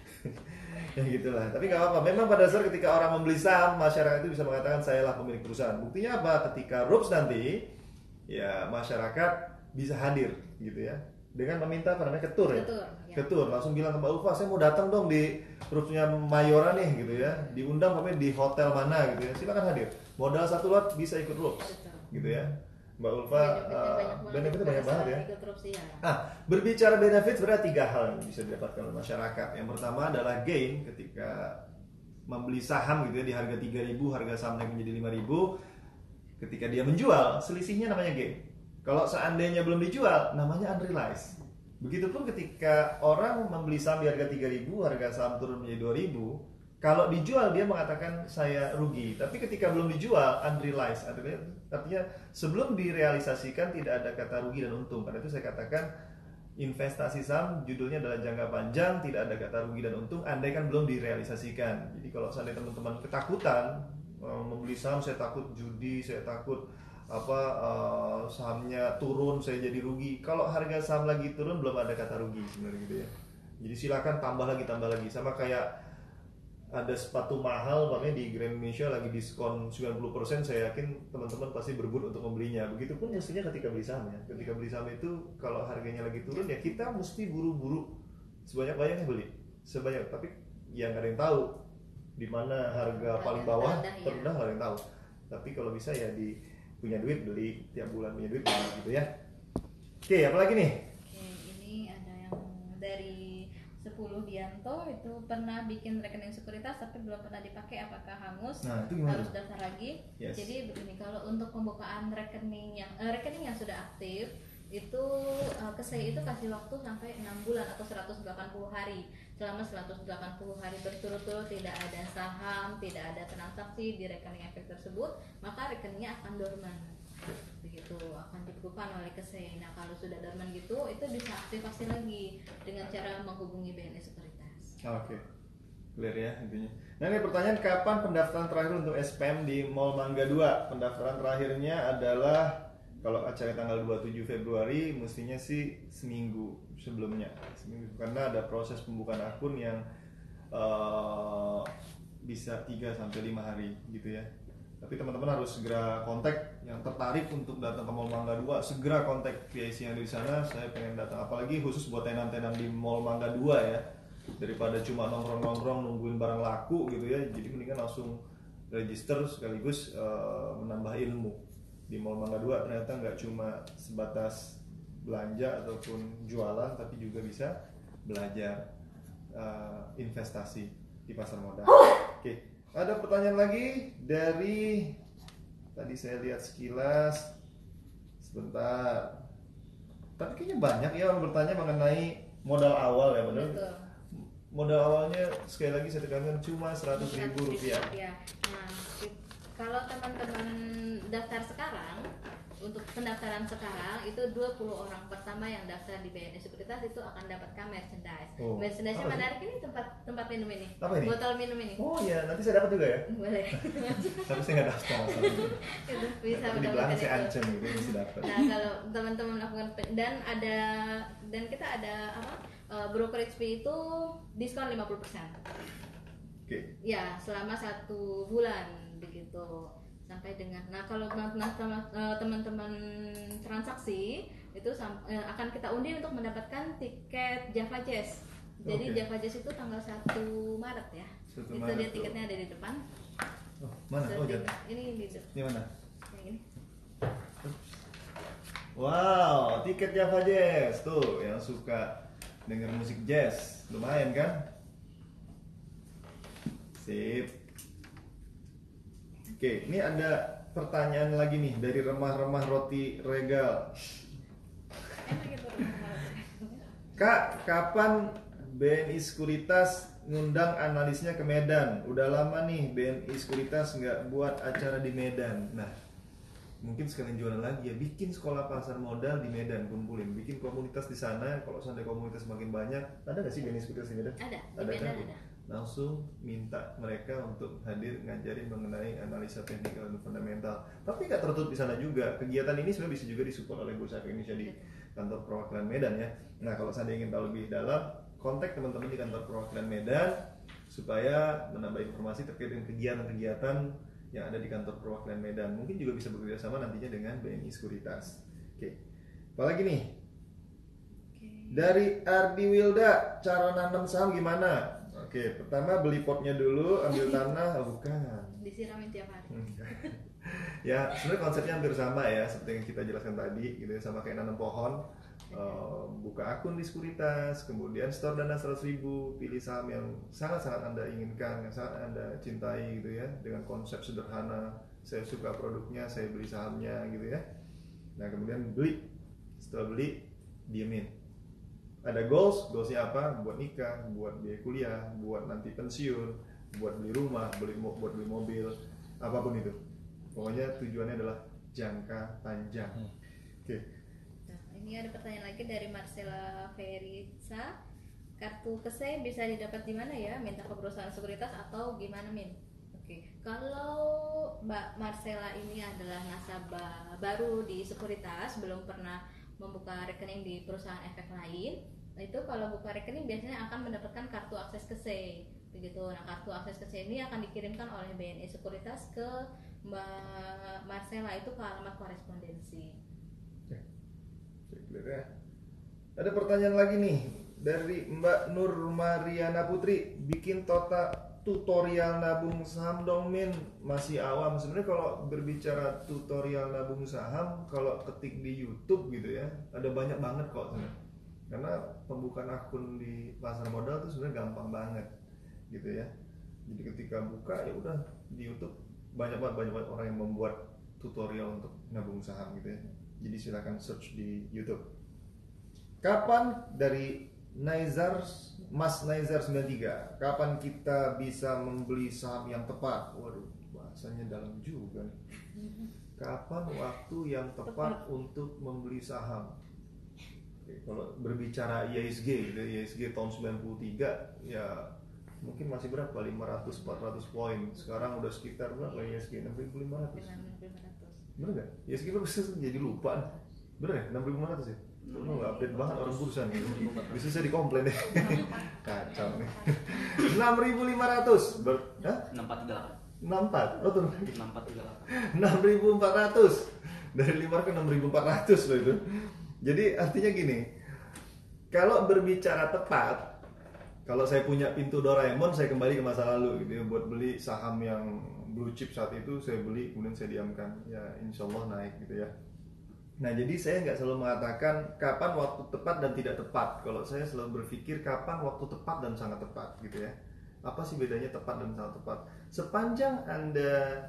Ya gitulah. Tapi nggak apa-apa. Memang pada dasar ketika orang membeli saham, masyarakat itu bisa mengatakan sayalah pemilik perusahaan. Buktinya apa? Ketika RUPS nanti, ya masyarakat bisa hadir gitu ya. Dengan meminta apa namanya ketur ya. Ketur, langsung bilang ke Mbak Ulfa, saya mau datang dong di RUPS-nya Mayora nih gitu ya. Diundang pokoknya di hotel mana gitu ya. Silakan hadir. Modal 1 lot bisa ikut RUPS gitu ya. Mbak Ulfa, benefitnya banyak banget ya. Berbicara benefit sebenarnya 3 hal yang bisa didapatkan oleh masyarakat. Yang pertama adalah gain ketika membeli saham gitu ya di harga 3.000, harga saham naik menjadi 5.000. Ketika dia menjual, selisihnya namanya gain. Kalau seandainya belum dijual, namanya unrealized. Begitupun ketika orang membeli saham di harga 3.000, harga saham turun menjadi 2.000. Kalau dijual dia mengatakan saya rugi, tapi ketika belum dijual unrealized, artinya sebelum direalisasikan tidak ada kata rugi dan untung. Karena itu saya katakan investasi saham judulnya adalah jangka panjang, tidak ada kata rugi dan untung andai kan belum direalisasikan. Jadi kalau seandainya teman-teman ketakutan membeli saham, saya takut judi, saya takut sahamnya turun saya jadi rugi. Kalau harga saham lagi turun belum ada kata rugi sebenarnya gitu ya. Jadi silakan tambah lagi. Sama kayak ada sepatu mahal makanya di Grand Indonesia lagi diskon 90%, saya yakin teman-teman pasti berebut untuk membelinya. Begitupun mestinya ketika beli saham ya. Ketika beli saham itu kalau harganya lagi turun ya kita mesti buru-buru sebanyak-banyaknya beli. Sebanyak, tapi yang nggak ada yang tahu di mana harga paling bawah terendah nggak ada yang tahu. Tapi kalau bisa ya punya duit beli, tiap bulan punya duit beli gitu ya. Oke, apalagi nih? Oke, ini ada yang dari 10 Bianto itu pernah bikin rekening sekuritas tapi belum pernah dipakai, apakah hangus? Nah, itu gimana? Harus daftar lagi. Yes. Jadi begini, kalau untuk pembukaan rekening yang sudah aktif itu KSEI itu kasih waktu sampai 6 bulan atau 180 hari. Selama 180 hari berturut-turut tidak ada saham, tidak ada transaksi di rekening efek tersebut, maka rekeningnya akan dorman. Begitu akan dibekukan oleh KSEI. Nah, kalau sudah dorman gitu, itu bisa aktifasi lagi dengan cara menghubungi BNI Sekuritas. Oke. Clear ya intinya. Nah, ini pertanyaan, kapan pendaftaran terakhir untuk SPM di Mall Mangga 2? Pendaftaran terakhirnya adalah kalau acara tanggal 27 Februari, mestinya sih seminggu sebelumnya. Karena ada proses pembukaan akun yang bisa 3-5 hari gitu ya. Tapi teman-teman harus segera kontak yang tertarik untuk datang ke Mall Mangga 2, segera kontak PIC yang ada di sana. Saya pengen datang, apalagi khusus buat tenan-tenan di Mall Mangga 2 ya. Daripada cuma nongkrong-nongkrong nungguin barang laku gitu ya. Jadi mendingan langsung register sekaligus menambah ilmu. Di Mall Mangga 2 ternyata nggak cuma sebatas belanja ataupun jualan, tapi juga bisa belajar investasi di pasar modal. Oke. Ada pertanyaan lagi dari tadi saya lihat sekilas sebentar. Tapi kayaknya banyak ya orang bertanya mengenai modal awal ya, benar? Modal awalnya sekali lagi saya tekankan cuma Rp100.000. Nah, kalau teman-teman daftar sekarang, untuk pendaftaran sekarang itu 20 orang pertama yang daftar di BNI Sekuritas itu akan dapatkan merchandise. Merchandise-nya menarik, ini tempat minum ini. Apa ini? Botol minum ini. Oh iya, nanti saya dapat juga ya? Boleh. Tapi saya nggak daftar. Itu bisa di belakang saya ancam gitu bisa dapat. Nah, kalau teman-teman melakukan dan kita ada brokerage fee itu diskon 50%. Oke. Ya, selama 1 bulan begitu. Sampai dengan, nah kalau teman-teman transaksi itu akan kita undi untuk mendapatkan tiket Java Jazz. Jadi Java Jazz itu tanggal 1 Maret ya. Itu dia tiketnya ada di depan. Oh, mana? Oh, jatuh. Ini di depan. Ini mana? Yang ini. Wow, tiket Java Jazz tuh yang suka denger musik jazz, lumayan kan? Sip. Oke, ini ada pertanyaan lagi nih dari remah-remah roti regal. Kak, kapan BNI Sekuritas ngundang analisnya ke Medan. Udah lama nih BNI Sekuritas nggak buat acara di Medan. Nah, mungkin sekalian jualan lagi ya, bikin sekolah pasar modal di Medan, kumpulin, bikin komunitas di sana. Kalau sampai komunitas makin banyak, ada nggak sih BNI Sekuritas di Medan? Ada, di Ada Medan kan? ada. Langsung minta mereka untuk hadir ngajarin mengenai analisa teknikal dan fundamental. Tapi nggak tertutup di sana juga. Kegiatan ini sebenarnya bisa juga disupport oleh Bursa Efek Indonesia di kantor perwakilan Medan ya. Nah, kalau saya ingin tahu lebih dalam, kontak teman-teman di kantor perwakilan Medan supaya menambah informasi terkait dengan kegiatan-kegiatan yang ada di kantor perwakilan Medan. Mungkin juga bisa bekerja sama nantinya dengan BNI Sekuritas. Oke. Apalagi nih? Dari Ardi Wilda, cara nanam saham gimana? Oke, pertama beli potnya dulu, ambil tanah, bukan. Disiramin tiap hari. Ya, sebenarnya konsepnya hampir sama ya, seperti yang kita jelaskan tadi, gitu ya, sama kayak nanam pohon. Buka akun di Sekuritas, kemudian store dana 100.000, pilih saham yang sangat-sangat Anda inginkan, yang sangat Anda cintai gitu ya, dengan konsep sederhana. Saya suka produknya, saya beli sahamnya gitu ya. Nah, kemudian beli. Setelah beli, diemin. Ada goalsnya apa? Buat nikah, buat biaya kuliah, buat nanti pensiun, buat beli rumah, buat beli mobil, apapun itu. Pokoknya tujuannya adalah jangka panjang. Oke. Nah, ini ada pertanyaan lagi dari Marcella Feritza. Kartu KSE bisa didapat di mana ya? Minta ke perusahaan sekuritas atau gimana, Min? Oke. Kalau Mbak Marcella ini adalah nasabah baru di sekuritas, belum pernah membuka rekening di perusahaan efek lain, itu kalau buka rekening biasanya akan mendapatkan kartu akses KSE begitu. Nah, kartu akses KSE ini akan dikirimkan oleh BNI Sekuritas ke Mbak Marcella itu ke alamat korespondensi. Ya. Ada pertanyaan lagi nih dari Mbak Nur Mariana Putri, bikin tutorial nabung saham dong Min, masih awam. Sebenarnya kalau berbicara tutorial nabung saham, kalau ketik di YouTube gitu ya, ada banyak banget kok sebenarnya. Karena pembukaan akun di pasar modal itu sebenarnya gampang banget gitu ya. Jadi ketika buka ya udah di YouTube banyak banget orang yang membuat tutorial untuk nabung saham gitu ya. Jadi silakan search di YouTube. Kapan dari Mas Naizar 93, kapan kita bisa membeli saham yang tepat? Waduh, bahasanya dalam juga nih. Kapan waktu yang tepat untuk membeli saham? Oke, kalau berbicara IISG gitu, IISG tahun 93 ya mungkin masih berapa? 500-400 poin. Sekarang udah sekitar berapa IISG? 6.500. Bener nggak? IISG jadi lupa. Bener ya? 6.500 ya? Lu nggak update banget orang bursa nih. Bisa saya dikomplain deh. Kacau nih. 6.500 6438. 64. Oh turun lagi. 6438. 6.400. Dari 5 ke 6.400 loh itu. Jadi artinya gini. Kalau berbicara tepat, kalau saya punya pintu Doraemon, saya kembali ke masa lalu gitu ya, buat beli saham yang blue chip saat itu saya beli, kemudian saya diamkan. Ya insya Allah naik gitu ya. Nah, jadi saya nggak selalu mengatakan kapan waktu tepat dan tidak tepat. Kalau saya selalu berpikir kapan waktu tepat dan sangat tepat, gitu ya. Apa sih bedanya tepat dan sangat tepat? Sepanjang Anda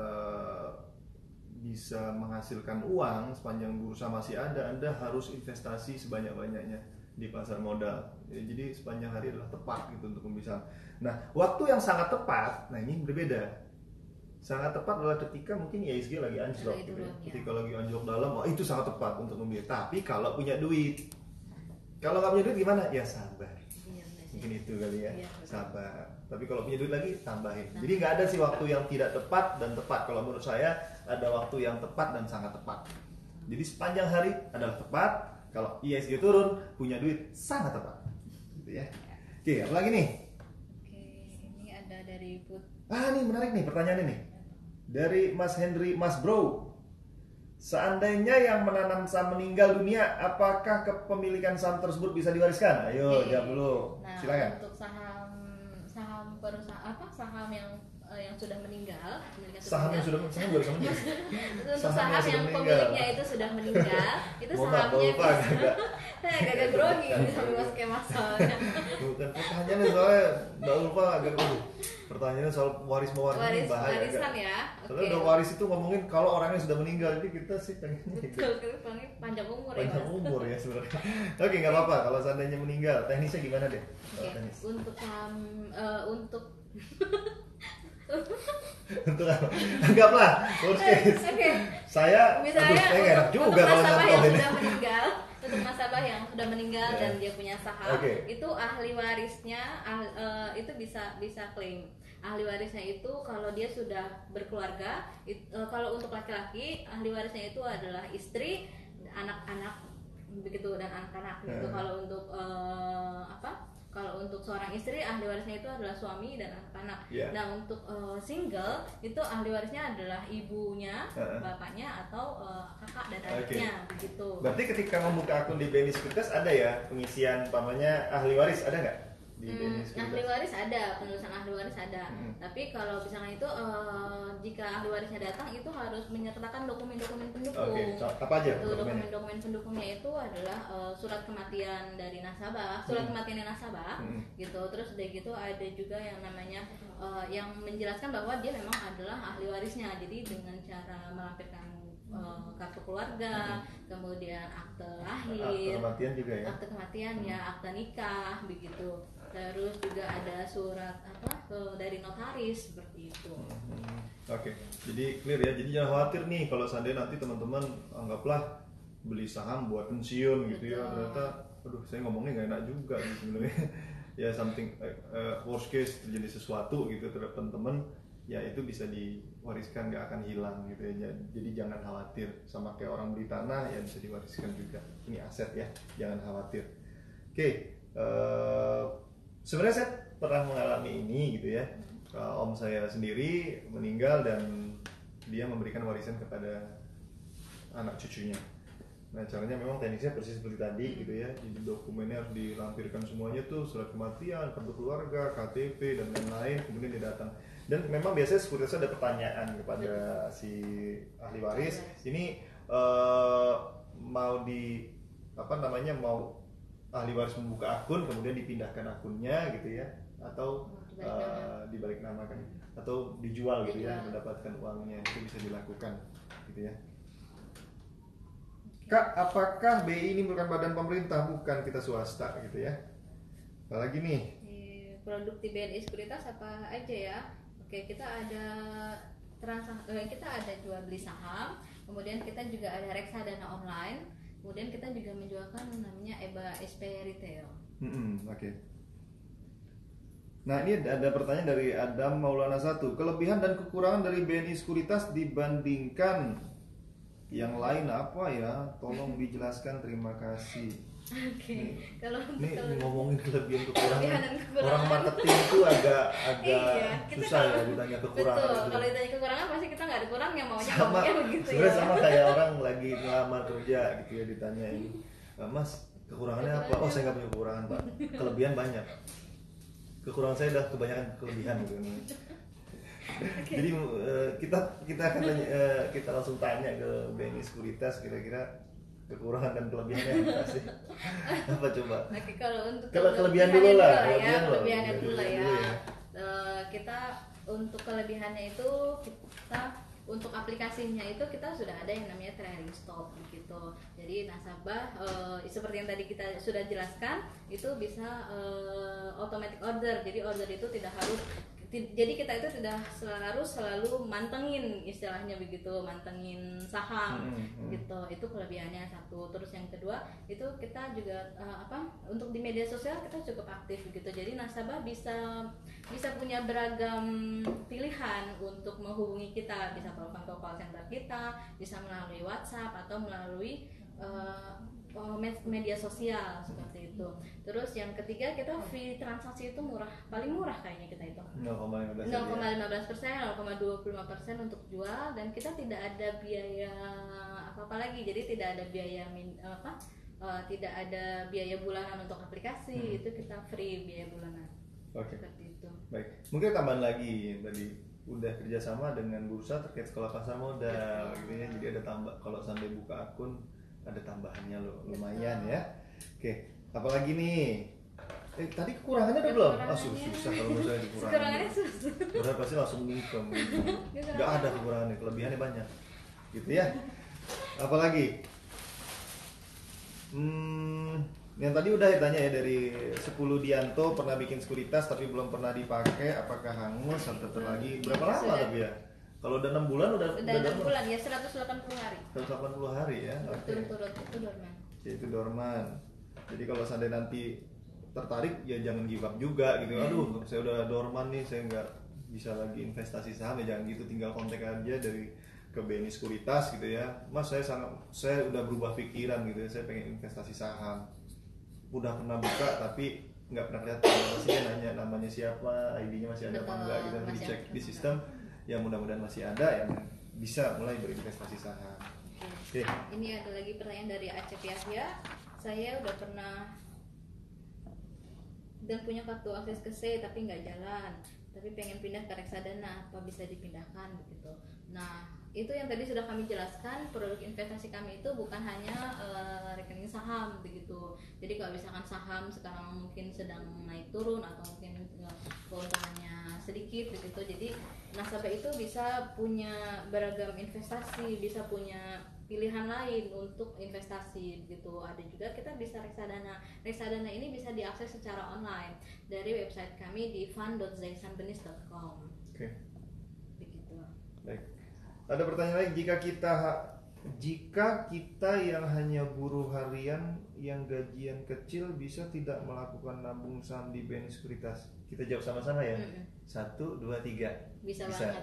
bisa menghasilkan uang, sepanjang bursa masih ada, Anda harus investasi sebanyak-banyaknya di pasar modal. Jadi sepanjang hari adalah tepat gitu untuk membeli saham. Nah, waktu yang sangat tepat, nah ini berbeda. Sangat tepat adalah ketika mungkin IISG lagi anjlok gitu ya. Ketika lagi anjlok dalam, itu sangat tepat untuk membeli. Tapi kalau punya duit, kalau nggak punya duit gimana? Ya sabar. Mungkin itu kali ya, sabar. Tapi kalau punya duit lagi tambahin. Jadi nggak ada sih waktu yang tidak tepat dan tepat. Kalau menurut saya ada waktu yang tepat dan sangat tepat. Jadi sepanjang hari adalah tepat. Kalau IISG turun, punya duit sangat tepat. Gitu ya. Oke, apa lagi nih? Oke, ini ada dari Ini menarik nih pertanyaannya nih. Dari Mas Henry, Mas Bro. Seandainya yang menanam saham meninggal dunia, apakah kepemilikan saham tersebut bisa diwariskan? Ayo, jawab dulu. Nah, silakan. untuk saham perusahaan saham yang yang sudah meninggal, Saham yang sudah saham baru sama untuk Saham saham yang sudah yang meninggal. pemiliknya itu sudah meninggal, itu Mohon maaf, sahamnya lupa, agak. saya agak grogi ini sambil masuk ke masalahnya. Bukan pertanyaannya soalnya Mbak Ulfa agak pertanyaannya soal waris mewarisi Waris bahaya warisan agak. ya. Soalnya udah waris itu ngomongin kalau orangnya sudah meninggal, jadi kita sih pengennya Betul, kita panjang umur ya. panjang Mas. umur ya sebenarnya. Oke, nggak apa-apa kalau seandainya meninggal, teknisnya gimana deh? Kalau Oke, teknis. untuk Untuk apa? Anggaplah worst case. Oke. Saya Misalnya saya nggak enak juga untuk kalau nasabah yang nyontohin. sudah meninggal, untuk nasabah yang sudah meninggal Ya. dan dia punya saham, Oke. itu ahli warisnya itu bisa klaim. Ahli warisnya itu kalau dia sudah berkeluarga, kalau untuk laki-laki ahli warisnya itu adalah istri, anak-anak begitu dan anak-anak gitu. Ya. Kalau untuk Kalau untuk seorang istri ahli warisnya itu adalah suami dan anak-anak. Ya. Nah untuk single itu ahli warisnya adalah ibunya, bapaknya atau kakak dan adiknya begitu. Berarti ketika membuka akun di BNI Sekuritas ada ya pengisian pamannya ahli waris, ada nggak di BNI Ahli Sekuritas? waris ada, penulisan ahli waris ada. Tapi kalau misalnya itu jika ahli warisnya datang itu harus menyertakan dokumen-dokumen pendukung. Oke, apa aja Itu dokumennya? dokumen-dokumen pendukungnya itu adalah surat kematian dari nasabah, surat kematian dari nasabah, gitu. Terus udah gitu ada juga yang namanya yang menjelaskan bahwa dia memang adalah ahli warisnya. Jadi dengan cara melampirkan kartu keluarga, kemudian akte lahir, Akte kematian juga ya. akte kematian ya, akte nikah begitu. Terus juga ada surat dari notaris seperti itu. Oke, jadi clear ya. Jadi jangan khawatir nih kalau seandainya nanti teman-teman anggaplah beli saham buat pensiun gitu ya. Betul. Ternyata, aduh saya ngomongnya nggak enak juga nih sebenarnya. Ya something worst case terjadi sesuatu gitu terhadap teman-teman, ya itu bisa diwariskan, nggak akan hilang gitu ya. Jadi jangan khawatir, sama kayak orang beli tanah ya bisa diwariskan juga. Ini aset ya, jangan khawatir. Oke, sebenarnya saya pernah mengalami ini gitu ya. Om saya sendiri meninggal dan dia memberikan warisan kepada anak cucunya. Nah caranya memang teknisnya persis seperti tadi gitu ya. Jadi dokumennya harus dilampirkan semuanya tuh, surat kematian, kartu keluarga, KTP dan lain-lain. Kemudian dia datang. Dan memang biasanya sekuritas ada pertanyaan kepada si ahli waris. Ini mau mau ahli waris membuka akun kemudian dipindahkan akunnya gitu ya, atau dibalik nama kan, atau dijual gitu ya, mendapatkan uangnya, itu bisa dilakukan gitu ya. Kak, apakah BI ini merupakan badan pemerintah? Bukan, kita swasta gitu ya. Apalagi nih? Produk di BNI Sekuritas apa aja ya? Oke, kita ada kita ada jual beli saham, kemudian kita juga ada reksadana online, kemudian kita juga menjualkan namanya EBA SP Retail. Oke. Nah ini ada pertanyaan dari Adam Maulana 1. Kelebihan dan kekurangan dari BNI Sekuritas dibandingkan yang lain apa ya? Tolong dijelaskan, terima kasih. Oke. Kalau Ini ngomongin kelebihan kekurangan. Kelebihan dan kekurangan. Orang marketing itu agak Iya, kita susah ya kalau- ditanya kekurangan. betul, gitu. kalau ditanya kekurangan pasti kita nggak ada kurangnya, maunya Sama, ngomongnya begitu ya. sebenarnya sama kayak orang lagi ngelamar kerja gitu ya, ditanyain, Mas kekurangannya apa? Oh saya nggak punya kekurangan Pak, kelebihan banyak. Kekurangan saya udah kebanyakan kelebihan gitu. Jadi kita akan kita langsung tanya ke BNI Sekuritas kira-kira kekurangan dan kelebihannya apa sih? Apa coba? Oke, kalau untuk Kelebihan dulu lah, kelebihannya dulu lah ya. dulu ya. Kita untuk kelebihannya itu kita untuk aplikasinya itu kita sudah ada yang namanya trailing stop gitu. Jadi nasabah seperti yang tadi kita sudah jelaskan itu bisa automatic order. Jadi order itu tidak harus, jadi kita itu tidak harus selalu mantengin, istilahnya begitu, mantengin saham gitu. Itu kelebihannya satu. Terus yang kedua itu kita juga untuk di media sosial kita cukup aktif gitu. Jadi nasabah bisa punya beragam pilihan untuk menghubungi kita, bisa telepon ke call center kita, bisa melalui WhatsApp atau melalui media sosial seperti itu. Terus yang ketiga kita fee transaksi itu murah, paling murah kayaknya kita itu 0,15%. 0,15%, 0,25% untuk jual, dan kita tidak ada biaya apa-apa lagi. Jadi tidak ada biaya tidak ada biaya bulanan untuk aplikasi, itu kita free biaya bulanan. Oke. Seperti itu. Baik, mungkin tambahan lagi yang tadi udah kerjasama dengan bursa terkait sekolah pasar modal gitu ya. Jadi ada tambah, kalau sampai buka akun ada tambahannya loh, lumayan ya. Oke, apalagi nih? Tadi kekurangannya udah belum? Ah susah kalau misalnya dikurangan. Kekurangannya susah. Udah pasti langsung ngikam. Gak ada kekurangannya, kelebihannya banyak. Gitu ya. Apalagi? Yang tadi udah tanya ya, dari 10 Dianto pernah bikin sekuritas tapi belum pernah dipakai, apakah hangus atau lagi berapa lama tapi ya? Kalau udah 6 bulan udah 6 bulan ya, 180 hari. 180 hari ya. Turut-turut itu dorman. Itu dorman. Jadi kalau seandainya nanti tertarik ya jangan give up juga gitu. Aduh, saya udah dorman nih, saya nggak bisa lagi investasi saham ya, jangan gitu, tinggal kontak aja dari ke BNI Sekuritas gitu ya. Mas, saya udah berubah pikiran gitu ya, saya pengen investasi saham. Udah pernah buka tapi nggak pernah lihat masih nanya namanya siapa, ID-nya masih ada apa enggak gitu, nanti dicek di sistem. Ya mudah-mudahan masih ada yang bisa mulai berinvestasi saham. Oke. Ini ada lagi pertanyaan dari Acep Yahya. Saya udah pernah dan punya kartu akses ke C tapi nggak jalan, tapi pengen pindah ke reksadana, apa bisa dipindahkan begitu. Nah, itu yang tadi sudah kami jelaskan, produk investasi kami itu bukan hanya rekening saham begitu. Jadi kalau misalkan saham sekarang mungkin sedang naik turun atau mungkin keuntungannya sedikit begitu, jadi nasabah itu bisa punya beragam investasi, bisa punya pilihan lain untuk investasi gitu. Ada juga kita bisa reksadana. Reksadana ini bisa diakses secara online dari website kami di fund.zaiksanbenis.com. Oke. Begitu. Baik. Ada pertanyaan lagi, jika kita yang hanya buruh harian yang gajian kecil bisa tidak melakukan nabung saham di BNI Sekuritas? Kita jawab sama-sama ya. 1, 2, 3. Bisa banget.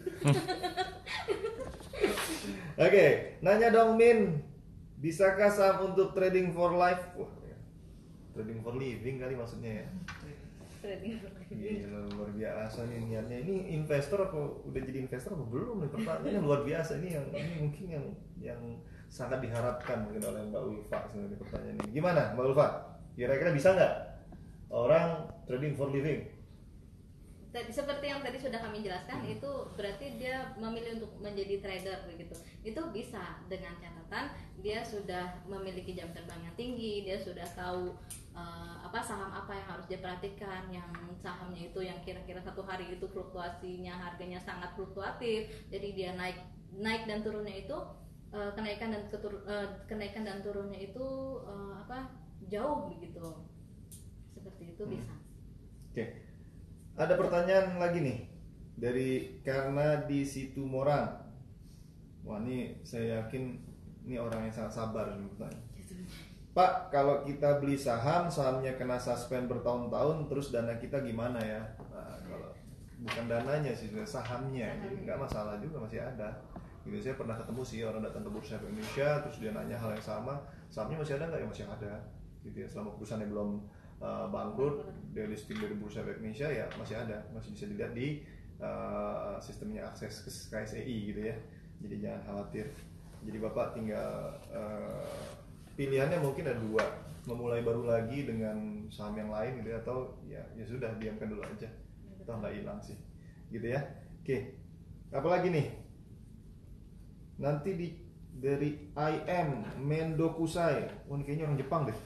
Oke, nanya dong Min, bisakah saham untuk trading for life? Wah, trading for living kali maksudnya ya. Trading for living. Gila, luar biasa nih niatnya. Ini investor apa udah jadi investor apa belum nih, pertanyaannya luar biasa. Ini mungkin yang sangat diharapkan mungkin oleh Mbak Ulfa sebenarnya pertanyaan ini. Gimana Mbak Ulfa? Kira-kira bisa nggak orang trading for living? Seperti yang tadi sudah kami jelaskan, itu berarti dia memilih untuk menjadi trader begitu. Itu bisa dengan catatan dia sudah memiliki jam terbang yang tinggi, dia sudah tahu saham apa yang harus dia perhatikan, yang sahamnya itu yang kira-kira satu hari itu fluktuasinya harganya sangat fluktuatif, jadi dia naik dan turunnya itu kenaikan dan turunnya itu jauh begitu. Seperti itu bisa. Oke. Ada pertanyaan lagi nih dari karena di situ Morang. Wah, ini saya yakin ini orang yang sangat sabar nih bertanya. Pak, kalau kita beli sahamnya kena suspend bertahun-tahun, terus dana kita gimana ya? Nah, kalau bukan dananya sih, sahamnya, jadi nggak masalah juga, masih ada. Gitu, saya pernah ketemu sih orang datang ke Bursa Efek Indonesia, terus dia nanya hal yang sama, sahamnya masih ada nggak? Ya masih ada. Gitu ya, selama perusahaannya belum bangkrut, dia listing dari Bursa Efek Indonesia ya masih ada, masih bisa dilihat di sistemnya akses ke KSEI gitu ya. Jadi jangan khawatir. Jadi Bapak tinggal pilihannya mungkin ada 2, memulai baru lagi dengan saham yang lain gitu ya, atau ya sudah diamkan dulu aja, toh nggak hilang sih, gitu ya. Oke, apalagi nih? Nanti dari IM Mendokusai, ini kayaknya orang Jepang deh.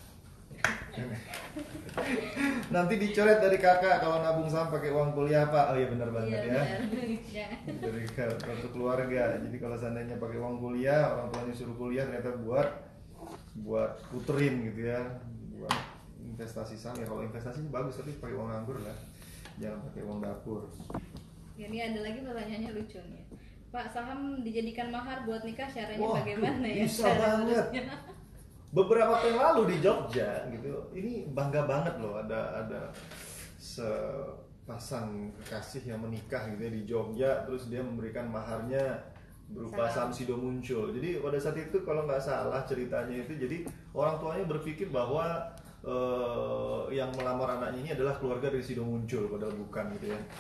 Nanti dicoret dari kakak kalau nabung saham pakai uang kuliah Pak. Oh iya benar banget ya. Dari kartu keluarga. Jadi kalau seandainya pakai uang kuliah, orang tuanya suruh kuliah ternyata buat puterin gitu ya, buat investasi saham ya. Kalau investasi bagus tapi pakai uang nganggur lah, jangan pakai uang dapur. Ini ada lagi pertanyaannya lucu nih, Pak, saham dijadikan mahar buat nikah caranya bagaimana ya? Bisa banget. Beberapa tahun lalu di Jogja gitu, ini bangga banget loh, ada sepasang kekasih yang menikah gitu ya di Jogja, terus dia memberikan maharnya berupa saham Sido Muncul. Jadi pada saat itu kalau nggak salah ceritanya itu, jadi orang tuanya berpikir bahwa yang melamar anaknya ini adalah keluarga dari Sido Muncul, padahal bukan gitu ya.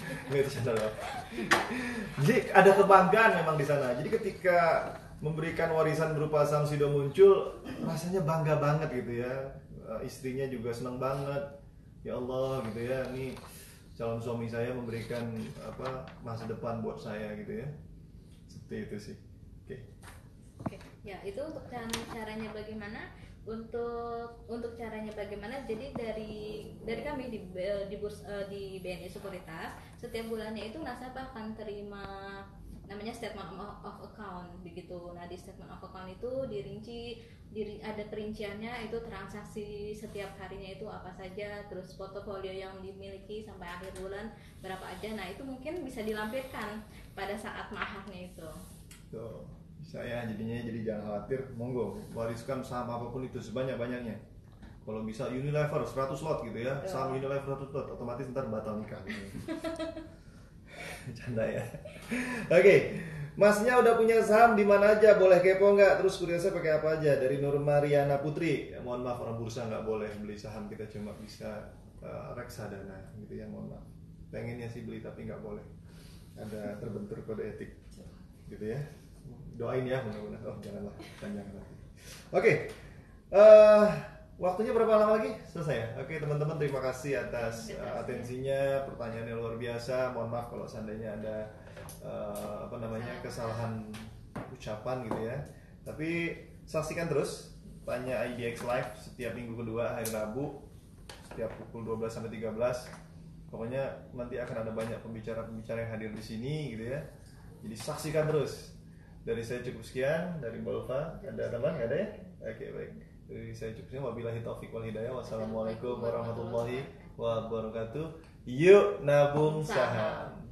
Jadi ada kebanggaan memang di sana. Jadi ketika memberikan warisan berupa saham Sido Muncul, rasanya bangga banget gitu ya. Istrinya juga senang banget. Ya Allah gitu ya, ini calon suami saya memberikan masa depan buat saya gitu ya. Seperti itu sih. Oke. Oke, ya itu untuk caranya bagaimana? Untuk caranya bagaimana? Jadi dari kami di BNI Sekuritas, setiap bulannya itu nasabah akan terima namanya statement of account begitu. Nah, di statement of account itu ada perinciannya, itu transaksi setiap harinya itu apa saja, terus portofolio yang dimiliki sampai akhir bulan berapa aja. Nah, itu mungkin bisa dilampirkan pada saat maharnya itu. Tuh, saya jadinya jangan khawatir, monggo wariskan saham apapun itu sebanyak-banyaknya. Kalau bisa Unilever 100 lot gitu ya, saham Unilever 100 lot, otomatis ntar batal nikah gitu. Canda ya. Oke, Masnya udah punya saham di mana aja? Boleh kepo nggak? Terus kuriosnya pakai apa aja? Dari Nur Mariana Putri. Ya, mohon maaf, orang bursa nggak boleh beli saham, kita cuma bisa reksadana gitu ya, mohon maaf. Pengennya sih beli tapi nggak boleh. Ada terbentur kode etik gitu ya. Doain ya mudah-mudahan. Oh janganlah, panjang lagi. Oke, waktunya berapa lama lagi? Selesai ya? Oke teman-teman, terima kasih atas atensinya, pertanyaannya luar biasa. Mohon maaf kalau seandainya ada kesalahan ucapan gitu ya. Tapi saksikan terus Tanya IDX Live setiap minggu kedua hari Rabu setiap pukul 12 sampai 13. Pokoknya nanti akan ada banyak pembicara-pembicara yang hadir di sini gitu ya. Jadi saksikan terus. Dari saya cukup sekian, dari Mbak Ulfa. Ada teman? Nggak ada ya? Oke, baik. Dari saya cukup sekian. Wabillahi taufiq wal hidayah. Wassalamualaikum warahmatullahi wabarakatuh. Yuk nabung saham.